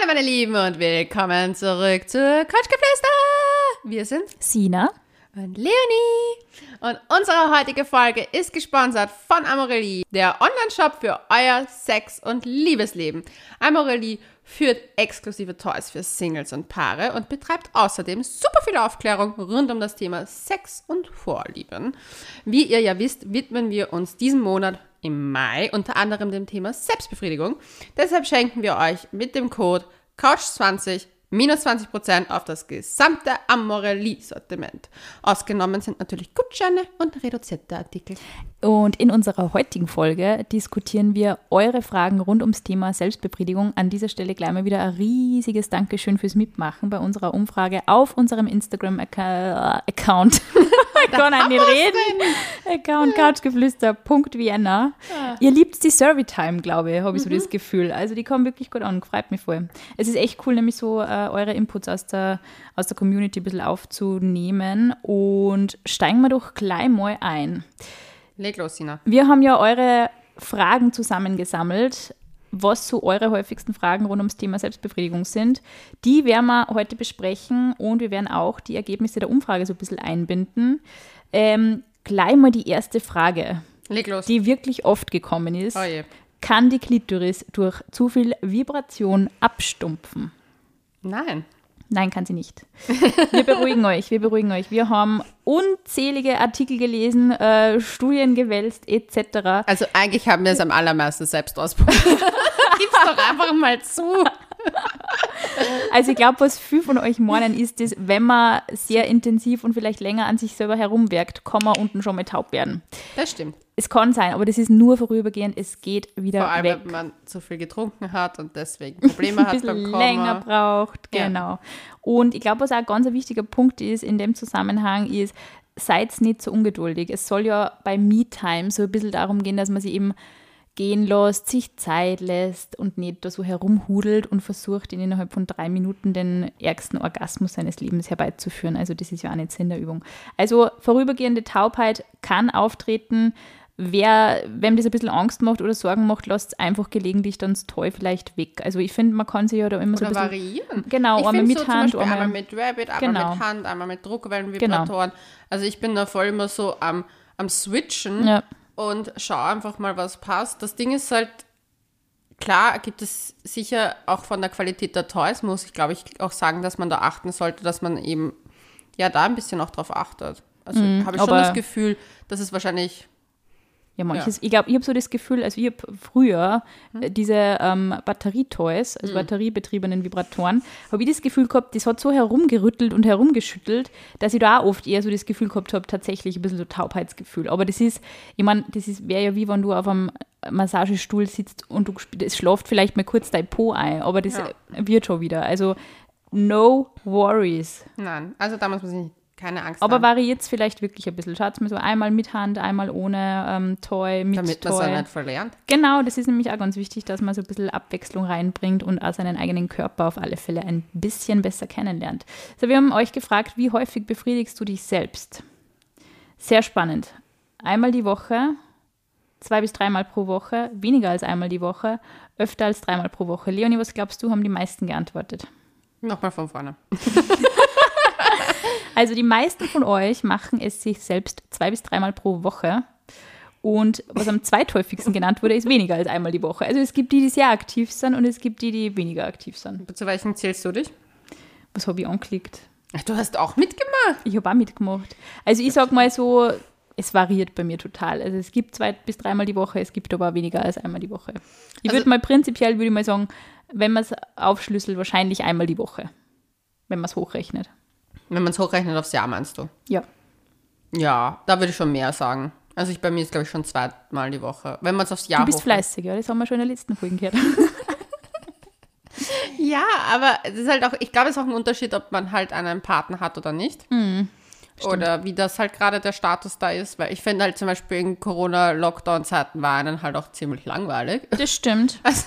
Hallo meine Lieben und willkommen zurück zu Couchgeflüster. Wir sind Sina und Leonie. Und unsere heutige Folge ist gesponsert von Amorelie, der Online-Shop für euer Sex- und Liebesleben. Amorelie führt exklusive Toys für Singles und Paare und betreibt außerdem super viel Aufklärung rund um das Thema Sex und Vorlieben. Wie ihr ja wisst, widmen wir uns diesen Monat im Mai unter anderem dem Thema Selbstbefriedigung. Deshalb schenken wir euch mit dem Code COUCH20 -20% auf das gesamte Amorelie-Sortiment. Ausgenommen sind natürlich Gutscheine und reduzierte Artikel. und in unserer heutigen Folge diskutieren wir eure Fragen rund ums Thema Selbstbefriedigung. An dieser Stelle gleich mal wieder ein riesiges Dankeschön fürs Mitmachen bei unserer Umfrage auf unserem Instagram-Account. Ich kann auch nicht reden. Account couchgeflüster.vienna. Ja. Ihr liebt die Survey-Time, glaube ich, habe ich so das Gefühl. Also die kommen wirklich gut an, freut mich voll. Es ist echt cool, nämlich so eure Inputs aus der Community ein bisschen aufzunehmen und steigen wir doch gleich mal ein. Leg los, Sina. Wir haben ja eure Fragen zusammengesammelt, was so eure häufigsten Fragen rund ums Thema Selbstbefriedigung sind. Die werden wir heute besprechen und wir werden auch die Ergebnisse der Umfrage so ein bisschen einbinden. Gleich mal die erste Frage, Leg los. die wirklich oft gekommen ist. Oh je. Kann die Klitoris durch zu viel Vibration abstumpfen? Nein. Nein, kann sie nicht. Wir beruhigen euch. Wir haben unzählige Artikel gelesen, Studien gewälzt, etc. Also eigentlich haben wir es am allermeisten selbst ausprobiert. Gib's doch einfach mal zu. Also ich glaube, was viele von euch meinen, ist, dass wenn man sehr intensiv und vielleicht länger an sich selber herumwerkt, kann man unten schon mal taub werden. Das stimmt. Es kann sein, aber das ist nur vorübergehend, es geht wieder Vor allem, weg. wenn man zu viel getrunken hat und deswegen Probleme hat beim Kommen. Länger braucht, genau. Ja. Und ich glaube, was auch ein ganz wichtiger Punkt ist in dem Zusammenhang ist, seid nicht so ungeduldig. Es soll ja bei Me-Time so ein bisschen darum gehen, dass man sich eben gehen lässt, sich Zeit lässt und nicht da so herumhudelt und versucht, innerhalb von 3 Minuten den ärgsten Orgasmus seines Lebens herbeizuführen. Also das ist ja auch nicht Sinn der Übung. Also vorübergehende Taubheit kann auftreten. Wem das ein bisschen Angst macht oder Sorgen macht, lasst es einfach gelegentlich dann das Toy vielleicht weg. Also ich finde, man kann sich ja da immer oder so ein bisschen variieren. Genau, ich einmal mit so Hand, einmal mit Rabbit, einmal Genau. mit Hand, einmal mit Druckwellenvibratoren. Genau. Also ich bin da voll immer so am Switchen und schaue einfach mal, was passt. Das Ding ist halt, klar gibt es sicher auch von der Qualität der Toys, muss ich glaube ich auch sagen, dass man da achten sollte, dass man eben ja da ein bisschen auch drauf achtet. Also habe ich schon das Gefühl, dass es wahrscheinlich... Ja, manches. Ja. Ich glaube, ich habe so das Gefühl, also ich habe früher diese Batterietoys, also batteriebetriebenen Vibratoren, habe ich das Gefühl gehabt, das hat so herumgerüttelt und herumgeschüttelt, dass ich da auch oft eher so das Gefühl gehabt habe, tatsächlich ein bisschen so Taubheitsgefühl. Aber das ist, ich meine, wäre ja wie wenn du auf einem Massagestuhl sitzt und es schläft vielleicht mal kurz dein Po ein, aber das wird schon wieder. Also no worries. Nein, also da muss man sich keine Angst aber haben. variiert es vielleicht wirklich ein bisschen. Schaut mal so einmal mit Hand, einmal ohne Toy, mit damit Toy. Damit man es auch nicht verlernt. Genau, das ist nämlich auch ganz wichtig, dass man so ein bisschen Abwechslung reinbringt und auch seinen eigenen Körper auf alle Fälle ein bisschen besser kennenlernt. So, wir haben euch gefragt, wie häufig befriedigst du dich selbst? Sehr spannend. Einmal die Woche, 2 bis 3 Mal pro Woche, weniger als einmal die Woche, öfter als 3 Mal pro Woche. Leonie, was glaubst du, haben die meisten geantwortet? Nochmal von vorne. Also die meisten von euch machen es sich selbst 2 bis 3 Mal pro Woche. Und was am zweithäufigsten genannt wurde, ist weniger als einmal die Woche. Also es gibt die sehr aktiv sind und es gibt die weniger aktiv sind. Zu welchen zählst du dich? Was habe ich angeklickt? Ach, du hast auch mitgemacht? Ich habe auch mitgemacht. Also ich sage mal so, es variiert bei mir total. Also es gibt 2 bis 3 Mal die Woche, es gibt aber weniger als einmal die Woche. Würde ich mal sagen, wenn man es aufschlüsselt, wahrscheinlich einmal die Woche. Wenn man es hochrechnet. Wenn man es hochrechnet aufs Jahr, meinst du? Ja. Ja, da würde ich schon mehr sagen. Also bei mir ist, glaube ich, schon 2 Mal die Woche. Wenn man es aufs Jahr Du bist fleißig, ja, das haben wir schon in der letzten Folge gehört. Ja, aber es ist halt auch, ich glaube, es ist auch ein Unterschied, ob man halt einen Partner hat oder nicht. Oder wie das halt gerade der Status da ist. Weil ich finde halt zum Beispiel in Corona-Lockdown-Zeiten war einen halt auch ziemlich langweilig. Das stimmt. Also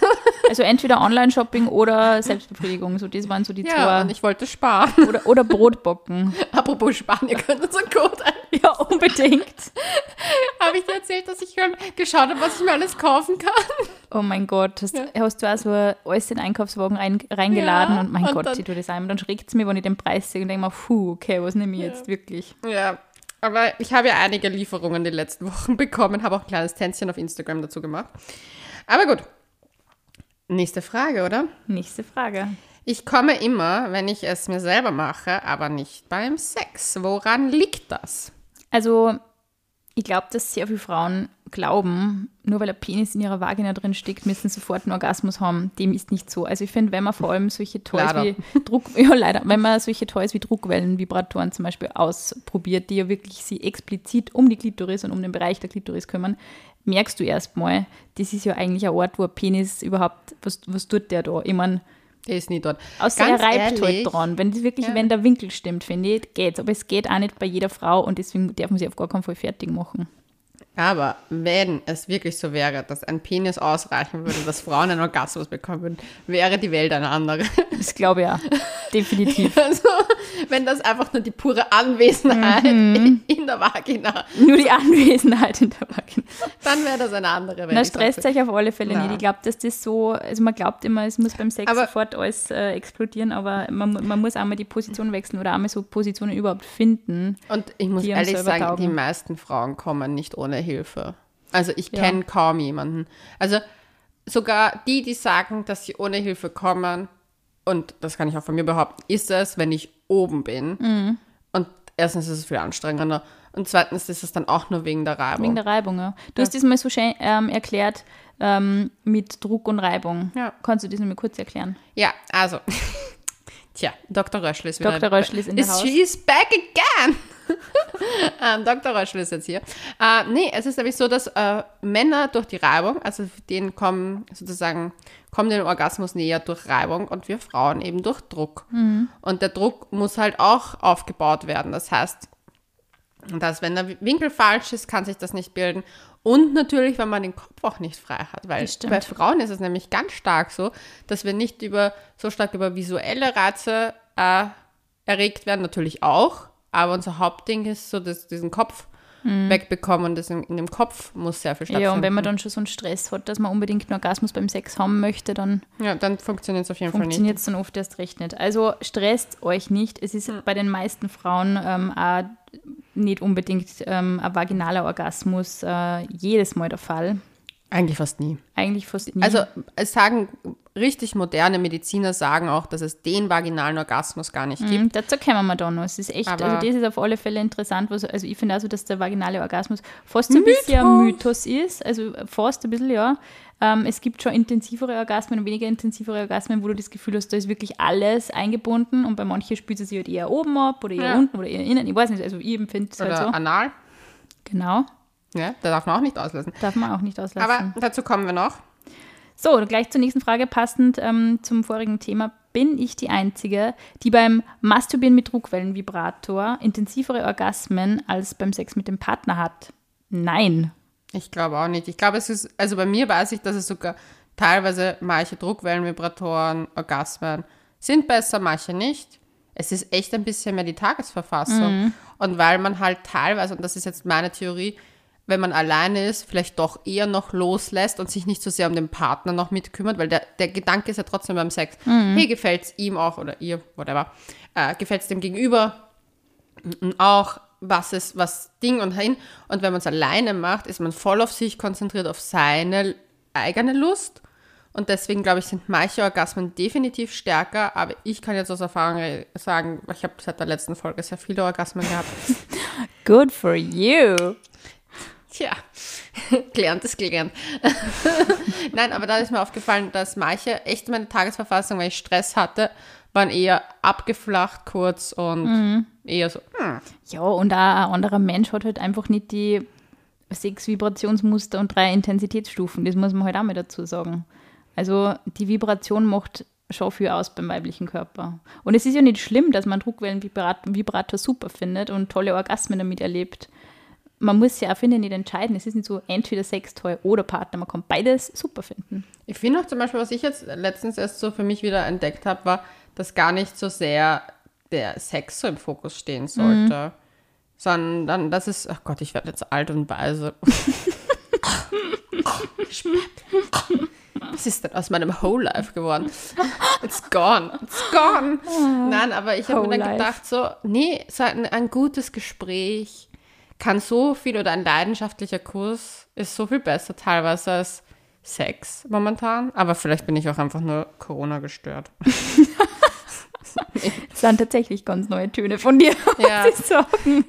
Also entweder Online-Shopping oder Selbstbefriedigung. So, das waren so die Ja, zwei. und ich wollte sparen. Oder Brotbocken. Apropos sparen, ihr könnt unseren Code ein. Ja, unbedingt. Habe ich dir erzählt, dass ich schon geschaut habe, was ich mir alles kaufen kann? Oh mein Gott, hast du auch so alles in den Einkaufswagen reingeladen Ja, und mein und Gott, dann- ich tue das einmal. Dann schreckt es mir, wenn ich den Preis sehe und denke mir, okay, was nehme ich jetzt wirklich? Ja, aber ich habe ja einige Lieferungen die letzten Wochen bekommen, habe auch ein kleines Tänzchen auf Instagram dazu gemacht. Aber gut, nächste Frage, oder? Nächste Frage. Ich komme immer, wenn ich es mir selber mache, aber nicht beim Sex. Woran liegt das? Also, ich glaube, dass sehr viele Frauen glauben, nur weil ein Penis in ihrer Vagina drin steckt, müssen sie sofort einen Orgasmus haben. Dem ist nicht so. Also ich finde, wenn man vor allem solche Toys Leider. wenn man solche Toys wie Druckwellenvibratoren zum Beispiel ausprobiert, die ja wirklich sie explizit um die Klitoris und um den Bereich der Klitoris kümmern, merkst du erstmal, das ist ja eigentlich ein Ort, wo ein Penis überhaupt, was tut der da? Ich meine, Der ist nie dort. außer Ganz er reibt ehrlich, halt dran. Wenn das wirklich, Ja. wenn der Winkel stimmt, finde ich, geht's. Aber es geht auch nicht bei jeder Frau und deswegen darf man sich auf gar keinen Fall fertig machen. Aber wenn es wirklich so wäre, dass ein Penis ausreichen würde, dass Frauen einen Orgasmus bekommen würden, wäre die Welt eine andere. Das glaube ich auch. Definitiv. Also, wenn das einfach nur die pure Anwesenheit in der Vagina, Nur die Anwesenheit in der Vagina. dann wäre das eine andere Welt. Na, Ich stresst sag euch auf alle Fälle Na. nicht. Ich glaube, dass das so, also man glaubt immer, es muss beim Sex Aber- sofort alles explodieren, aber man muss einmal die Position wechseln oder einmal so Positionen überhaupt finden. dir. Und ich muss die uns ehrlich selber sagen, taugen. die meisten Frauen kommen nicht ohne Hilfe. Also ich Ja. kenne kaum jemanden. Also sogar die sagen, dass sie ohne Hilfe kommen, und das kann ich auch von mir behaupten, ist es, wenn ich oben bin. Mhm. Und erstens ist es viel anstrengender und zweitens ist es dann auch nur wegen der Reibung. Wegen der Reibung, ja. Du hast das mal so schön erklärt mit Druck und Reibung. Ja. Kannst du das noch mal kurz erklären? Ja, also, tja, Dr. Röschl ist wieder. Dr. Röschl ist in der Haus. She is back again. Dr. Röschl ist jetzt hier. Nee, es ist nämlich so, dass Männer durch die Reibung, also denen kommen den Orgasmus näher durch Reibung und wir Frauen eben durch Druck. Und der Druck muss halt auch aufgebaut werden. Das heißt, wenn der Winkel falsch ist, kann sich das nicht bilden. Und natürlich, wenn man den Kopf auch nicht frei hat. Weil Das stimmt. bei Frauen ist es nämlich ganz stark so, dass wir nicht so stark über visuelle Reize erregt werden, natürlich auch. Aber unser Hauptding ist so, dass diesen Kopf wegbekommen und das in dem Kopf muss sehr viel stattfinden. Ja, und wenn man dann schon so einen Stress hat, dass man unbedingt einen Orgasmus beim Sex haben möchte, dann dann funktioniert es auf jeden Fall nicht. funktioniert es dann oft erst recht nicht. Also stresst euch nicht. Es ist bei den meisten Frauen auch nicht unbedingt ein vaginaler Orgasmus jedes Mal der Fall. Eigentlich fast nie. Eigentlich fast nie. Also es sagen richtig moderne Mediziner sagen auch, dass es den vaginalen Orgasmus gar nicht gibt. Dazu kommen wir dann noch. Es ist echt, Aber- also das ist auf alle Fälle interessant. Also ich finde also, dass der vaginale Orgasmus fast ein bisschen ein Mythos ist. Also fast ein bisschen, ja. Es gibt schon intensivere Orgasmen und weniger intensivere Orgasmen, wo du das Gefühl hast, da ist wirklich alles eingebunden und bei manchen spielt es sich halt eher oben ab oder eher Ja. unten oder eher innen. Ich weiß nicht, also ich empfinde es halt Oder so. anal. Genau, Ja, da darf man auch nicht auslassen. darf man auch nicht auslassen. Aber dazu kommen wir noch. So, gleich zur nächsten Frage, passend zum vorigen Thema. Bin ich die Einzige, die beim Masturbieren mit Druckwellenvibrator intensivere Orgasmen als beim Sex mit dem Partner hat? Nein. Ich glaube auch nicht. Ich glaube, es ist, also bei mir weiß ich, dass es sogar teilweise manche Druckwellenvibratoren, Orgasmen sind besser, manche nicht. Es ist echt ein bisschen mehr die Tagesverfassung. Und weil man halt teilweise, und das ist jetzt meine Theorie, wenn man alleine ist, vielleicht doch eher noch loslässt und sich nicht so sehr um den Partner noch mitkümmert, weil der Gedanke ist ja trotzdem beim Sex, hey, gefällt es ihm auch oder ihr, whatever, gefällt es dem Gegenüber auch, was Ding und hin. Und wenn man es alleine macht, ist man voll auf sich konzentriert, auf seine eigene Lust. Und deswegen, glaube ich, sind manche Orgasmen definitiv stärker. Aber ich kann jetzt aus Erfahrung sagen, ich habe seit der letzten Folge sehr viele Orgasmen gehabt. Good for you. Tja, gelernt ist gelernt. Nein, aber da ist mir aufgefallen, dass manche, echt meine Tagesverfassung, weil ich Stress hatte, waren eher abgeflacht kurz und eher so, Ja, und auch ein anderer Mensch hat halt einfach nicht die 6 Vibrationsmuster und 3 Intensitätsstufen. Das muss man halt auch mal dazu sagen. Also die Vibration macht schon viel aus beim weiblichen Körper. Und es ist ja nicht schlimm, dass man Druckwellenvibrator super findet und tolle Orgasmen damit erlebt. man muss ja auch, finde ich, nicht entscheiden. Es ist nicht so entweder Sextoy oder Partner. Man kann beides super finden. Ich finde auch zum Beispiel, was ich jetzt letztens erst so für mich wieder entdeckt habe, war, dass gar nicht so sehr der Sex so im Fokus stehen sollte. Sondern das ist, ach Gott, ich werde jetzt alt und weise. Was ist denn aus meinem Whole Life geworden? It's gone. Nein, aber ich habe mir dann gedacht so, nee, so ein gutes Gespräch kann so viel, oder ein leidenschaftlicher Kuss ist so viel besser teilweise als Sex momentan. Aber vielleicht bin ich auch einfach nur Corona gestört. Das sind tatsächlich ganz neue Töne von dir, Ja. muss ich sagen.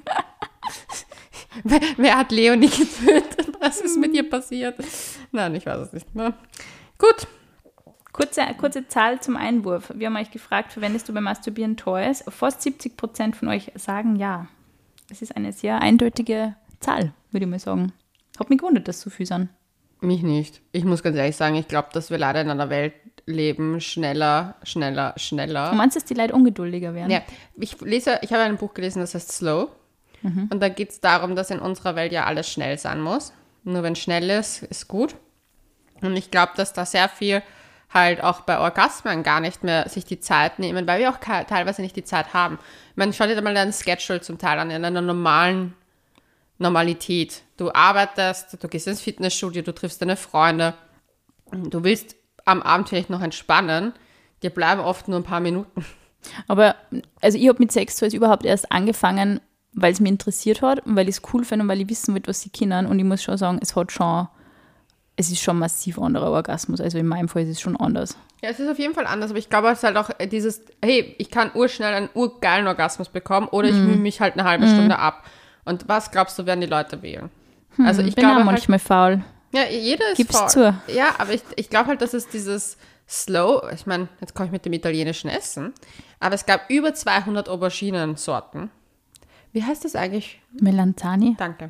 Wer hat Leonie getötet? Was ist mit ihr passiert? Nein, ich weiß es nicht mehr. Gut. Kurze Zahl zum Einwurf. Wir haben euch gefragt, verwendest du beim Masturbieren Toys? Fast 70% von euch sagen ja. Es ist eine sehr eindeutige Zahl, würde ich mal sagen. Hat mich gewundert, dass so viele sind. Mich nicht. Ich muss ganz ehrlich sagen, ich glaube, dass wir leider in einer Welt leben, schneller. Du meinst, dass die Leute ungeduldiger werden? Ja, ich habe ein Buch gelesen, das heißt Slow. Und da geht es darum, dass in unserer Welt ja alles schnell sein muss. Nur wenn schnell ist gut. Und ich glaube, dass da sehr viel halt auch bei Orgasmen gar nicht mehr sich die Zeit nehmen, weil wir auch teilweise nicht die Zeit haben. Ich meine, schau dir mal deinen Schedule zum Teil an, in einer Normalität. Du arbeitest, du gehst ins Fitnessstudio, du triffst deine Freunde, du willst am Abend vielleicht noch entspannen, dir bleiben oft nur ein paar Minuten. Aber also ich habe mit Sextoys überhaupt erst angefangen, weil es mich interessiert hat und weil ich es cool finde und weil ich wissen will, was sie können. Und ich muss schon sagen, es ist schon massiv anderer Orgasmus. Also in meinem Fall ist es schon anders. Ja, es ist auf jeden Fall anders, aber ich glaube, es ist halt auch dieses, hey, ich kann urschnell einen urgeilen Orgasmus bekommen oder ich mühe mich halt eine halbe Stunde ab. Und was glaubst du, werden die Leute wählen? Also ich bin glaube auch manchmal faul. Ja, jeder ist Gib's faul. zu. Ja, aber ich glaube halt, dass es dieses Slow, ich meine, jetzt komme ich mit dem italienischen Essen, aber es gab über 200 Auberginensorten. Wie heißt das eigentlich? Melanzani? Danke.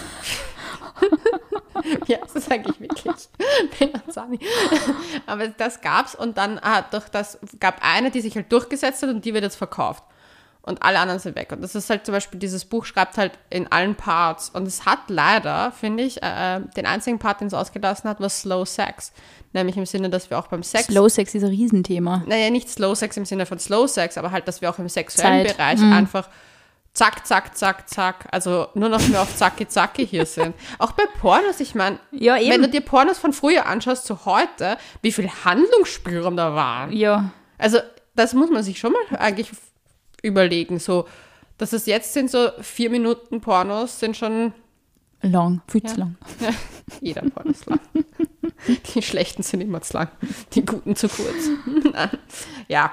Ja, es ist eigentlich wirklich Melanzani. Aber das gab's und dann gab eine, die sich halt durchgesetzt hat und die wird jetzt verkauft. Und alle anderen sind weg. Und das ist halt zum Beispiel, dieses Buch schreibt halt in allen Parts. Und es hat leider, finde ich, den einzigen Part, den es ausgelassen hat, war Slow Sex. Nämlich im Sinne, dass wir auch beim Sex... Slow Sex ist ein Riesenthema. Naja, nicht Slow Sex im Sinne von Slow Sex, aber halt, dass wir auch im sexuellen Bereich einfach zack, zack, zack, zack, also nur noch mehr auf Zacki, Zacki hier sind. Auch bei Pornos, ich meine, Ja, eben. wenn du dir Pornos von früher anschaust zu heute, wie viel Handlungsspielraum da waren. Ja. Also das muss man sich schon mal eigentlich überlegen, so, dass es jetzt sind so 4 Minuten Pornos sind schon... Lang, viel zu lang. Ja, jeder Porno ist lang. Die schlechten sind immer zu lang, die guten zu kurz. Ja.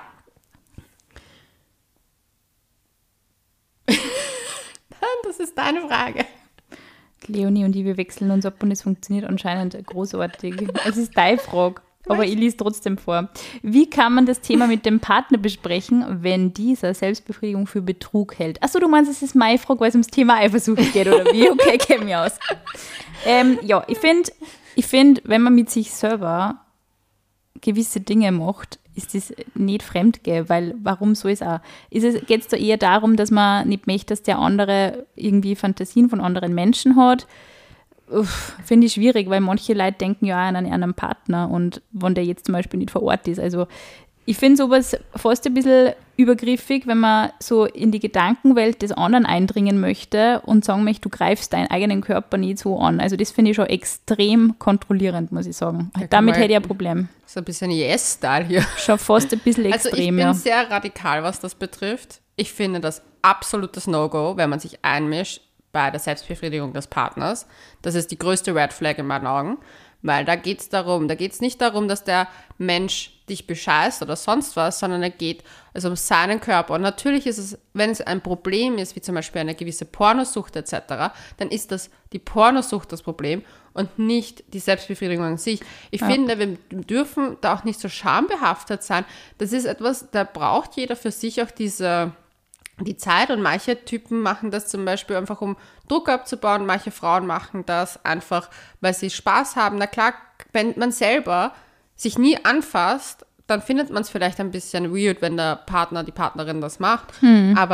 Das ist deine Frage. Leonie und ich, wir wechseln uns ab und es funktioniert anscheinend großartig. Es ist deine Frage, aber ich lese trotzdem vor. Wie kann man das Thema mit dem Partner besprechen, wenn dieser Selbstbefriedigung für Betrug hält? Achso, du meinst, es ist meine Frage, weil es ums Thema Eifersucht geht, oder wie? Okay, kenn mich aus. Ja, ich finde, wenn man mit sich selber gewisse Dinge macht, ist das nicht Fremdgehen, weil warum so ist auch? Geht es da eher darum, dass man nicht möchte, dass der andere irgendwie Fantasien von anderen Menschen hat? Finde ich schwierig, weil manche Leute denken ja auch an einen Partner und wenn der jetzt zum Beispiel nicht vor Ort ist. Also ich finde sowas fast ein bisschen übergriffig, wenn man so in die Gedankenwelt des anderen eindringen möchte und sagen möchte, du greifst deinen eigenen Körper nicht so an. Also das finde ich schon extrem kontrollierend, muss ich sagen. Ja, damit hätte ich ein Problem. So ein bisschen Yes-Style hier. Schon fast ein bisschen extrem, Also ich bin ja. sehr radikal, was das betrifft. Ich finde das absolutes No-Go, wenn man sich einmischt bei der Selbstbefriedigung des Partners. Das ist die größte Red Flag in meinen Augen, weil da geht es nicht darum, dass der Mensch dich bescheißt oder sonst was, sondern er geht also um seinen Körper. Und natürlich ist es, wenn es ein Problem ist, wie zum Beispiel eine gewisse Pornosucht etc., dann ist das die Pornosucht das Problem und nicht die Selbstbefriedigung an sich. Ich finde, wir dürfen da auch nicht so schambehaftet sein. Das ist etwas, da braucht jeder für sich auch die Zeit, und manche Typen machen das zum Beispiel einfach, um Druck abzubauen, manche Frauen machen das einfach, weil sie Spaß haben. Na klar, wenn man selber sich nie anfasst, dann findet man es vielleicht ein bisschen weird, wenn der Partner, die Partnerin das macht, aber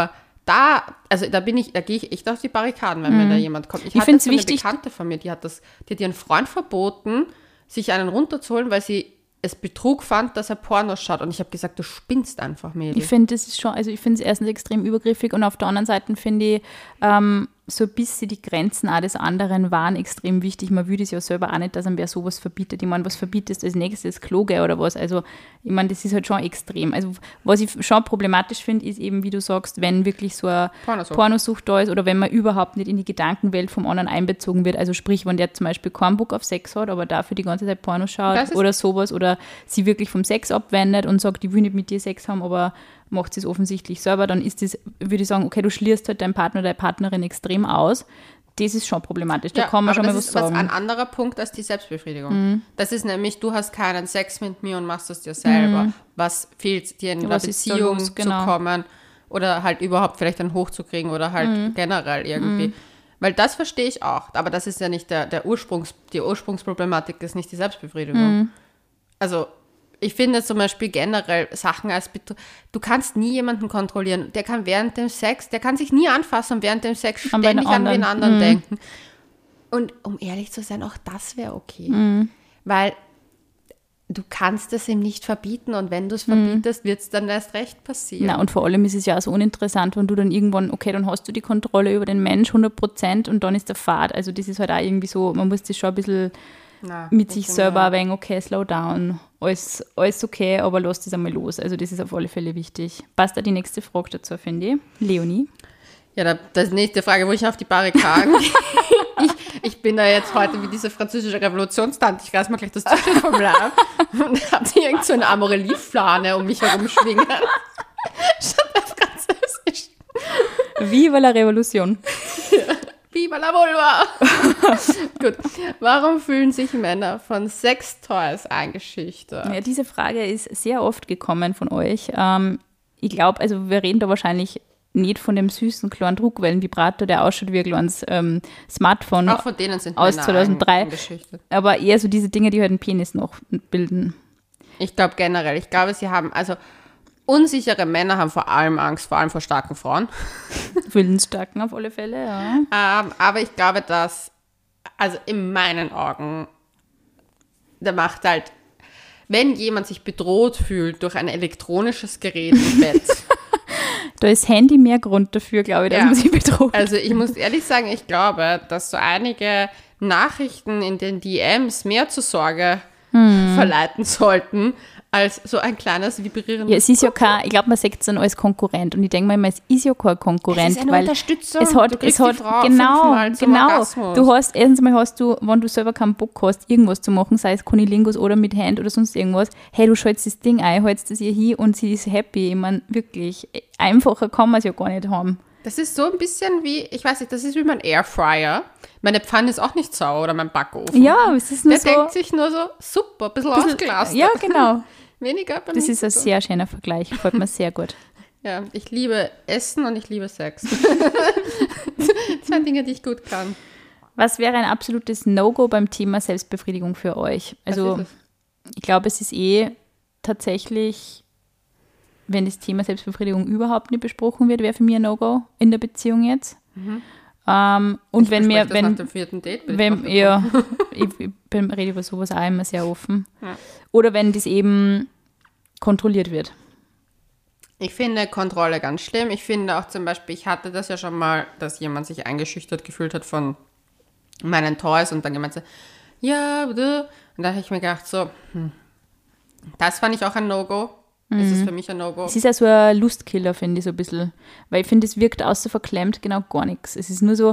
da gehe ich echt auf die Barrikaden, wenn mir da jemand kommt. Ich hatte finde es so eine wichtig. Bekannte von mir, die hat ihren Freund verboten, sich einen runterzuholen, weil sie es Betrug fand, dass er Pornos schaut. Und ich habe gesagt, du spinnst einfach, Mädel. Ich finde, das ist schon, also ich finde es erstens extrem übergriffig und auf der anderen Seite finde ich, so ein bisschen die Grenzen auch des anderen waren extrem wichtig. Man würde es ja selber auch nicht, dass einem wer sowas verbietet. Ich meine, was verbietest als nächstes, Kloge oder was? Also, ich meine, das ist halt schon extrem. Also, was ich schon problematisch finde, ist eben, wie du sagst, wenn wirklich so eine Pornosucht da ist oder wenn man überhaupt nicht in die Gedankenwelt vom anderen einbezogen wird. Also, sprich, wenn der zum Beispiel keinen Bock auf Sex hat, aber dafür die ganze Zeit Pornos schaut oder sowas oder sie wirklich vom Sex abwendet und sagt, ich will nicht mit dir Sex haben, aber macht es offensichtlich selber, dann ist das, würde ich sagen, okay, du schlierst halt deinen Partner oder deine Partnerin extrem aus. Das ist schon problematisch, da kann man schon mal was sagen. Das ist ein anderer Punkt als die Selbstbefriedigung. Das ist nämlich, du hast keinen Sex mit mir und machst es dir selber. Was fehlt dir in einer Beziehung zu kommen oder halt überhaupt vielleicht dann hochzukriegen oder halt generell irgendwie. Weil das verstehe ich auch, aber das ist ja nicht die Ursprungsproblematik ist nicht die Selbstbefriedigung. Also ich finde zum Beispiel generell Sachen du kannst nie jemanden kontrollieren. Der kann während dem Sex, der kann sich nie anfassen und während dem Sex ständig an den anderen denken. Und um ehrlich zu sein, auch das wäre okay. Weil du kannst es ihm nicht verbieten und wenn du es verbietest, wird es dann erst recht passieren. Na, und vor allem ist es ja auch so uninteressant, wenn du dann irgendwann, okay, dann hast du die Kontrolle über den Mensch 100% und dann ist der Fahrt. Also das ist halt auch irgendwie so, man muss das schon ein bisschen mit sich selber ein wenig, okay, slow down, alles okay, aber lass das einmal los. Also das ist auf alle Fälle wichtig. Passt da die nächste Frage dazu, finde ich. Leonie? Ja, das ist die nächste Frage, wo ich auf die Barrikaden ich bin da jetzt heute wie diese französische Revolutionstante. Ich reiß mal gleich das T-Shirt vom Leib und habe hier irgend so eine Amorelie-Flahne um mich herum schwingen. Statt auf Französisch. Viva la Revolution. Viva la Vulva! Gut. Warum fühlen sich Männer von Sextoys eingeschüchtert? Ja, diese Frage ist sehr oft gekommen von euch. Ich glaube, also wir reden da wahrscheinlich nicht von dem süßen kleinen Druckwellenvibrator, der ausschaut wie ein kleines Smartphone auch von denen sind aus Männer 2003. eingeschüchtert. Aber eher so diese Dinge, die halt einen Penis noch bilden. Ich glaube generell, sie haben, also unsichere Männer haben vor allem Angst, vor allem vor starken Frauen. Willensstarken auf alle Fälle, ja. Aber ich glaube, dass, also in meinen Augen, der macht halt, wenn jemand sich bedroht fühlt durch ein elektronisches Gerät im Bett. Da ist Handy mehr Grund dafür, glaube ich, dass man sich bedroht. Also ich muss ehrlich sagen, ich glaube, dass so einige Nachrichten in den DMs mehr zur Sorge verleiten sollten, als so ein kleines vibrierendes. Ja, es ist ja kein, ich glaube, man sagt es dann als Konkurrent und ich denke mir immer, es ist ja kein Konkurrent. Es ist eine Unterstützung. Es hat, genau. Du hast, erstens mal wenn du selber keinen Bock hast, irgendwas zu machen, sei es Kunilingus oder mit Hand oder sonst irgendwas, hey, du schaltest das Ding ein, hältst das ihr hin und sie ist happy. Ich meine, wirklich, einfacher kann man es ja gar nicht haben. Das ist so ein bisschen wie, ich weiß nicht, das ist wie mein Airfryer. Meine Pfanne ist auch nicht sauer oder mein Backofen. Ja, es ist nur der so. Der denkt sich nur so, super, ein bisschen ausgelastet. Ja, genau. Weniger bei Das ist ein sehr schöner Vergleich, gefällt mir sehr gut. Ja, ich liebe Essen und ich liebe Sex. Zwei Dinge, die ich gut kann. Was wäre ein absolutes No-Go beim Thema Selbstbefriedigung für euch? Also, ich glaube, es ist tatsächlich, wenn das Thema Selbstbefriedigung überhaupt nicht besprochen wird, wäre für mich ein No-Go in der Beziehung jetzt. Und wenn wir, nach dem 4. Date ich rede über sowas auch immer sehr offen. Ja. Oder wenn das eben kontrolliert wird. Ich finde Kontrolle ganz schlimm. Ich finde auch zum Beispiel, ich hatte das ja schon mal, dass jemand sich eingeschüchtert gefühlt hat von meinen Toys und dann gemeint so, ja, und da habe ich mir gedacht so, das fand ich auch ein No-Go. Das ist für mich ein No-Go. Es ist ja so ein Lustkiller, finde ich, so ein bisschen. Weil ich finde, es wirkt außer verklemmt genau gar nichts. Es ist nur so,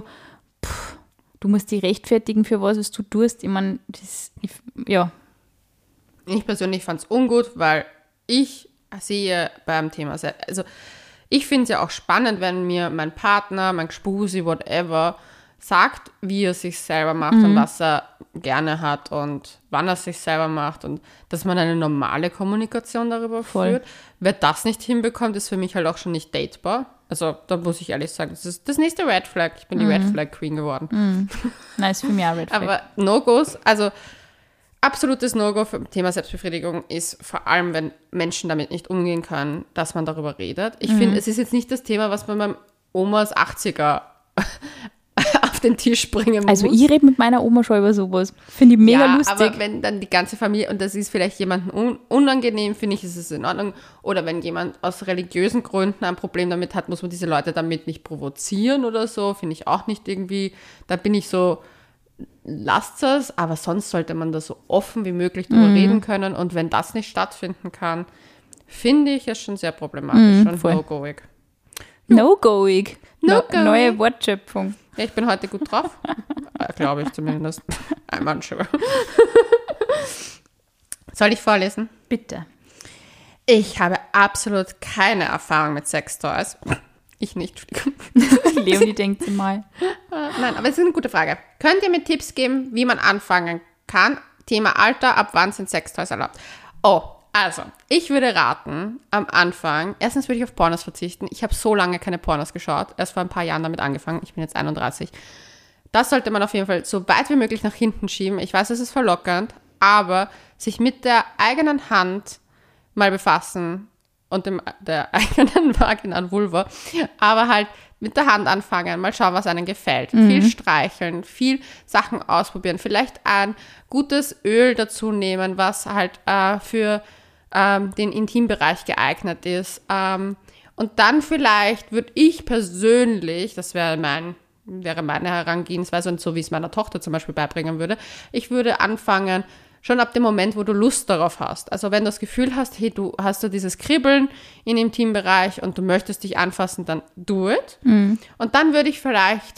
du musst dich rechtfertigen für was du tust. Ich meine, ja. Ich persönlich fand es ungut, weil ich sehe beim Thema, also ich finde es ja auch spannend, wenn mir mein Partner, mein Gspusi, whatever, sagt, wie er sich selber macht und was er gerne hat und wann er sich selber macht und dass man eine normale Kommunikation darüber führt. Wer das nicht hinbekommt, ist für mich halt auch schon nicht datebar. Also da muss ich ehrlich sagen, das ist das nächste Red Flag. Ich bin die Red Flag Queen geworden. Nein, ist für mich auch Red Flag. Aber No-Gos, also absolutes No-Go für Thema Selbstbefriedigung ist vor allem, wenn Menschen damit nicht umgehen können, dass man darüber redet. Ich finde, es ist jetzt nicht das Thema, was man beim Omas 80er auf den Tisch bringen muss. Also ich rede mit meiner Oma schon über sowas. Finde ich mega lustig. Aber wenn dann die ganze Familie, und das ist vielleicht jemandem unangenehm, finde ich, ist es in Ordnung. Oder wenn jemand aus religiösen Gründen ein Problem damit hat, muss man diese Leute damit nicht provozieren oder so. Finde ich auch nicht irgendwie, da bin ich so, lasst es. Aber sonst sollte man da so offen wie möglich drüber reden können. Und wenn das nicht stattfinden kann, finde ich es schon sehr problematisch und no-going. No-going. Neue Wortschöpfung. Ja, ich bin heute gut drauf. Glaube ich zumindest. Einmal schon. Soll ich vorlesen? Bitte. Ich habe absolut keine Erfahrung mit Sextoys. Ich nicht. Leonie denkt sie mal. Nein, aber es ist eine gute Frage. Könnt ihr mir Tipps geben, wie man anfangen kann? Thema Alter, ab wann sind Sextoys erlaubt? Oh, also, ich würde raten, am Anfang, erstens würde ich auf Pornos verzichten. Ich habe so lange keine Pornos geschaut, erst vor ein paar Jahren damit angefangen. Ich bin jetzt 31. Das sollte man auf jeden Fall so weit wie möglich nach hinten schieben. Ich weiß, es ist verlockernd, aber sich mit der eigenen Hand mal befassen und der eigenen Vagina und Vulva, aber halt mit der Hand anfangen, mal schauen, was einem gefällt. Viel streicheln, viel Sachen ausprobieren, vielleicht ein gutes Öl dazu nehmen, was halt für den Intimbereich geeignet ist. Und dann vielleicht würde ich persönlich, das wäre meine Herangehensweise und so, wie ich es meiner Tochter zum Beispiel beibringen würde, ich würde anfangen, schon ab dem Moment, wo du Lust darauf hast. Also wenn du das Gefühl hast, hey, du hast so dieses Kribbeln im Intimbereich und du möchtest dich anfassen, dann do it. Und dann würde ich vielleicht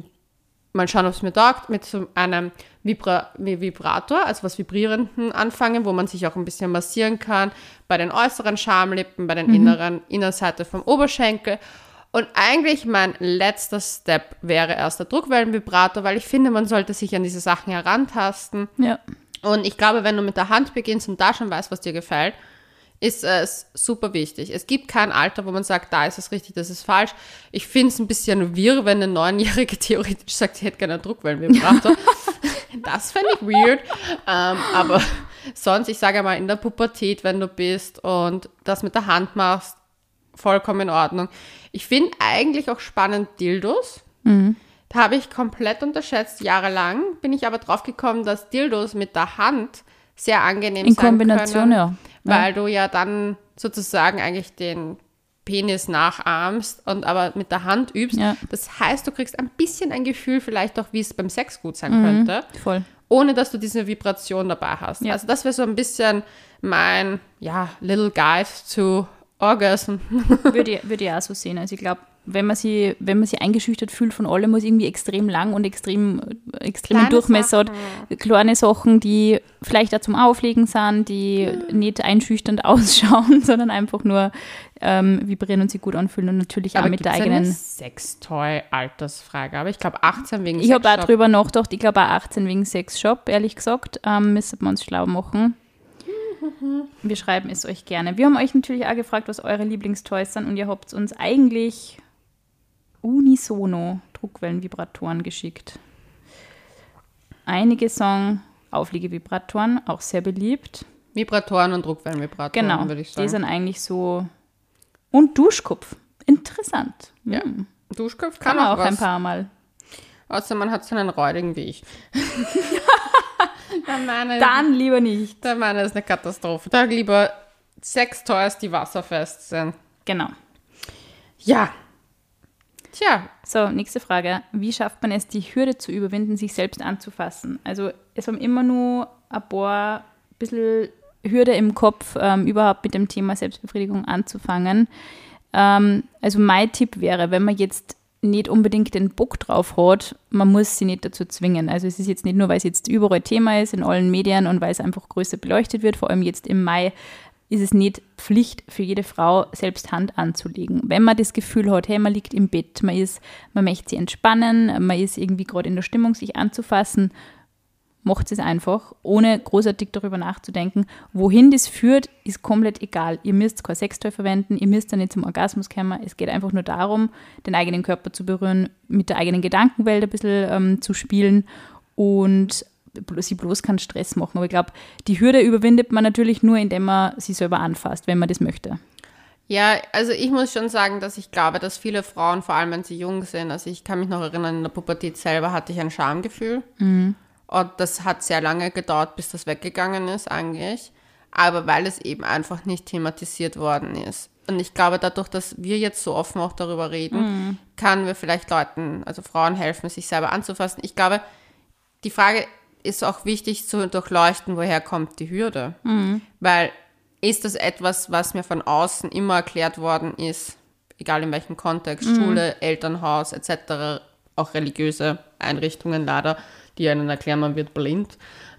mal schauen, ob es mir taugt, mit so einem Vibrator, also was Vibrierenden anfangen, wo man sich auch ein bisschen massieren kann, bei den äußeren Schamlippen, bei den Innenseite vom Oberschenkel. Und eigentlich mein letzter Step wäre erst der Druckwellenvibrator, weil ich finde, man sollte sich an diese Sachen herantasten. Ja. Und ich glaube, wenn du mit der Hand beginnst und da schon weißt, was dir gefällt, ist es super wichtig. Es gibt kein Alter, wo man sagt, da ist es richtig, das ist falsch. Ich finde es ein bisschen wirr, wenn eine 9-Jährige theoretisch sagt, sie hätte gerne einen Druckwellenvibrator. Das fände ich weird. Aber sonst, ich sage mal, in der Pubertät, wenn du bist und das mit der Hand machst, vollkommen in Ordnung. Ich finde eigentlich auch spannend Dildos. Da habe ich komplett unterschätzt, jahrelang. Bin ich aber drauf gekommen, dass Dildos mit der Hand sehr angenehm sein können. In Kombination, ja. Weil du ja dann sozusagen eigentlich den Penis nachahmst und aber mit der Hand übst. Ja. Das heißt, du kriegst ein bisschen ein Gefühl vielleicht auch, wie es beim Sex gut sein könnte. Voll. Ohne, dass du diese Vibration dabei hast. Ja. Also das wäre so ein bisschen mein, Little Guide to Orgasm. Würde ich auch so sehen. Also ich glaube, wenn man sie eingeschüchtert fühlt von allem, was irgendwie extrem lang und extremen Durchmesser hat, kleine Sachen, die vielleicht auch zum Auflegen sind, die nicht einschüchternd ausschauen, sondern einfach nur vibrieren und sich gut anfühlen und natürlich aber auch mit der eigenen... Aber Sextoy-Altersfrage, aber ich glaube 18 wegen Sexshop. Ich habe auch drüber nachgedacht, ich glaube auch 18 wegen Sexshop, ehrlich gesagt, müssen wir uns schlau machen. Wir schreiben es euch gerne. Wir haben euch natürlich auch gefragt, was eure Lieblingstoys sind und ihr habt uns eigentlich unisono Druckwellenvibratoren geschickt. Einige sagen Aufliegevibratoren, auch sehr beliebt. Vibratoren und Druckwellenvibratoren, genau, würde ich sagen. Die sind eigentlich so... Und Duschkopf. Interessant. Ja, Duschkopf kann auch ein paar Mal. Außer man hat so einen räudigen wie ich. Dann lieber nicht. Dann meine ist eine Katastrophe. Da lieber Sextoys, die wasserfest sind. Genau. Ja. Tja. So, nächste Frage. Wie schafft man es, die Hürde zu überwinden, sich selbst anzufassen? Also es haben immer nur ein paar bisschen Hürde im Kopf, überhaupt mit dem Thema Selbstbefriedigung anzufangen. Also mein Tipp wäre, wenn man jetzt nicht unbedingt den Bock drauf hat, man muss sie nicht dazu zwingen. Also es ist jetzt nicht nur, weil es jetzt überall Thema ist, in allen Medien und weil es einfach größer beleuchtet wird, vor allem jetzt im Mai, ist es nicht Pflicht für jede Frau, selbst Hand anzulegen. Wenn man das Gefühl hat, hey, man liegt im Bett, man möchte sich entspannen, man ist irgendwie gerade in der Stimmung, sich anzufassen, macht es einfach, ohne großartig darüber nachzudenken. Wohin das führt, ist komplett egal. Ihr müsst kein Sextoy verwenden, ihr müsst da nicht zum Orgasmus kommen. Es geht einfach nur darum, den eigenen Körper zu berühren, mit der eigenen Gedankenwelt ein bisschen zu spielen und sie bloß keinen Stress machen. Aber ich glaube, die Hürde überwindet man natürlich nur, indem man sie selber anfasst, wenn man das möchte. Ja, also ich muss schon sagen, dass ich glaube, dass viele Frauen, vor allem wenn sie jung sind, also ich kann mich noch erinnern, in der Pubertät selber hatte ich ein Schamgefühl. Und das hat sehr lange gedauert, bis das weggegangen ist eigentlich. Aber weil es eben einfach nicht thematisiert worden ist. Und ich glaube, dadurch, dass wir jetzt so offen auch darüber reden, können wir vielleicht Leuten, also Frauen helfen, sich selber anzufassen. Ich glaube, die Frage ist auch wichtig zu durchleuchten, woher kommt die Hürde. Weil ist das etwas, was mir von außen immer erklärt worden ist, egal in welchem Kontext, Schule, Elternhaus etc., auch religiöse Einrichtungen leider, die einen erklären, man wird blind.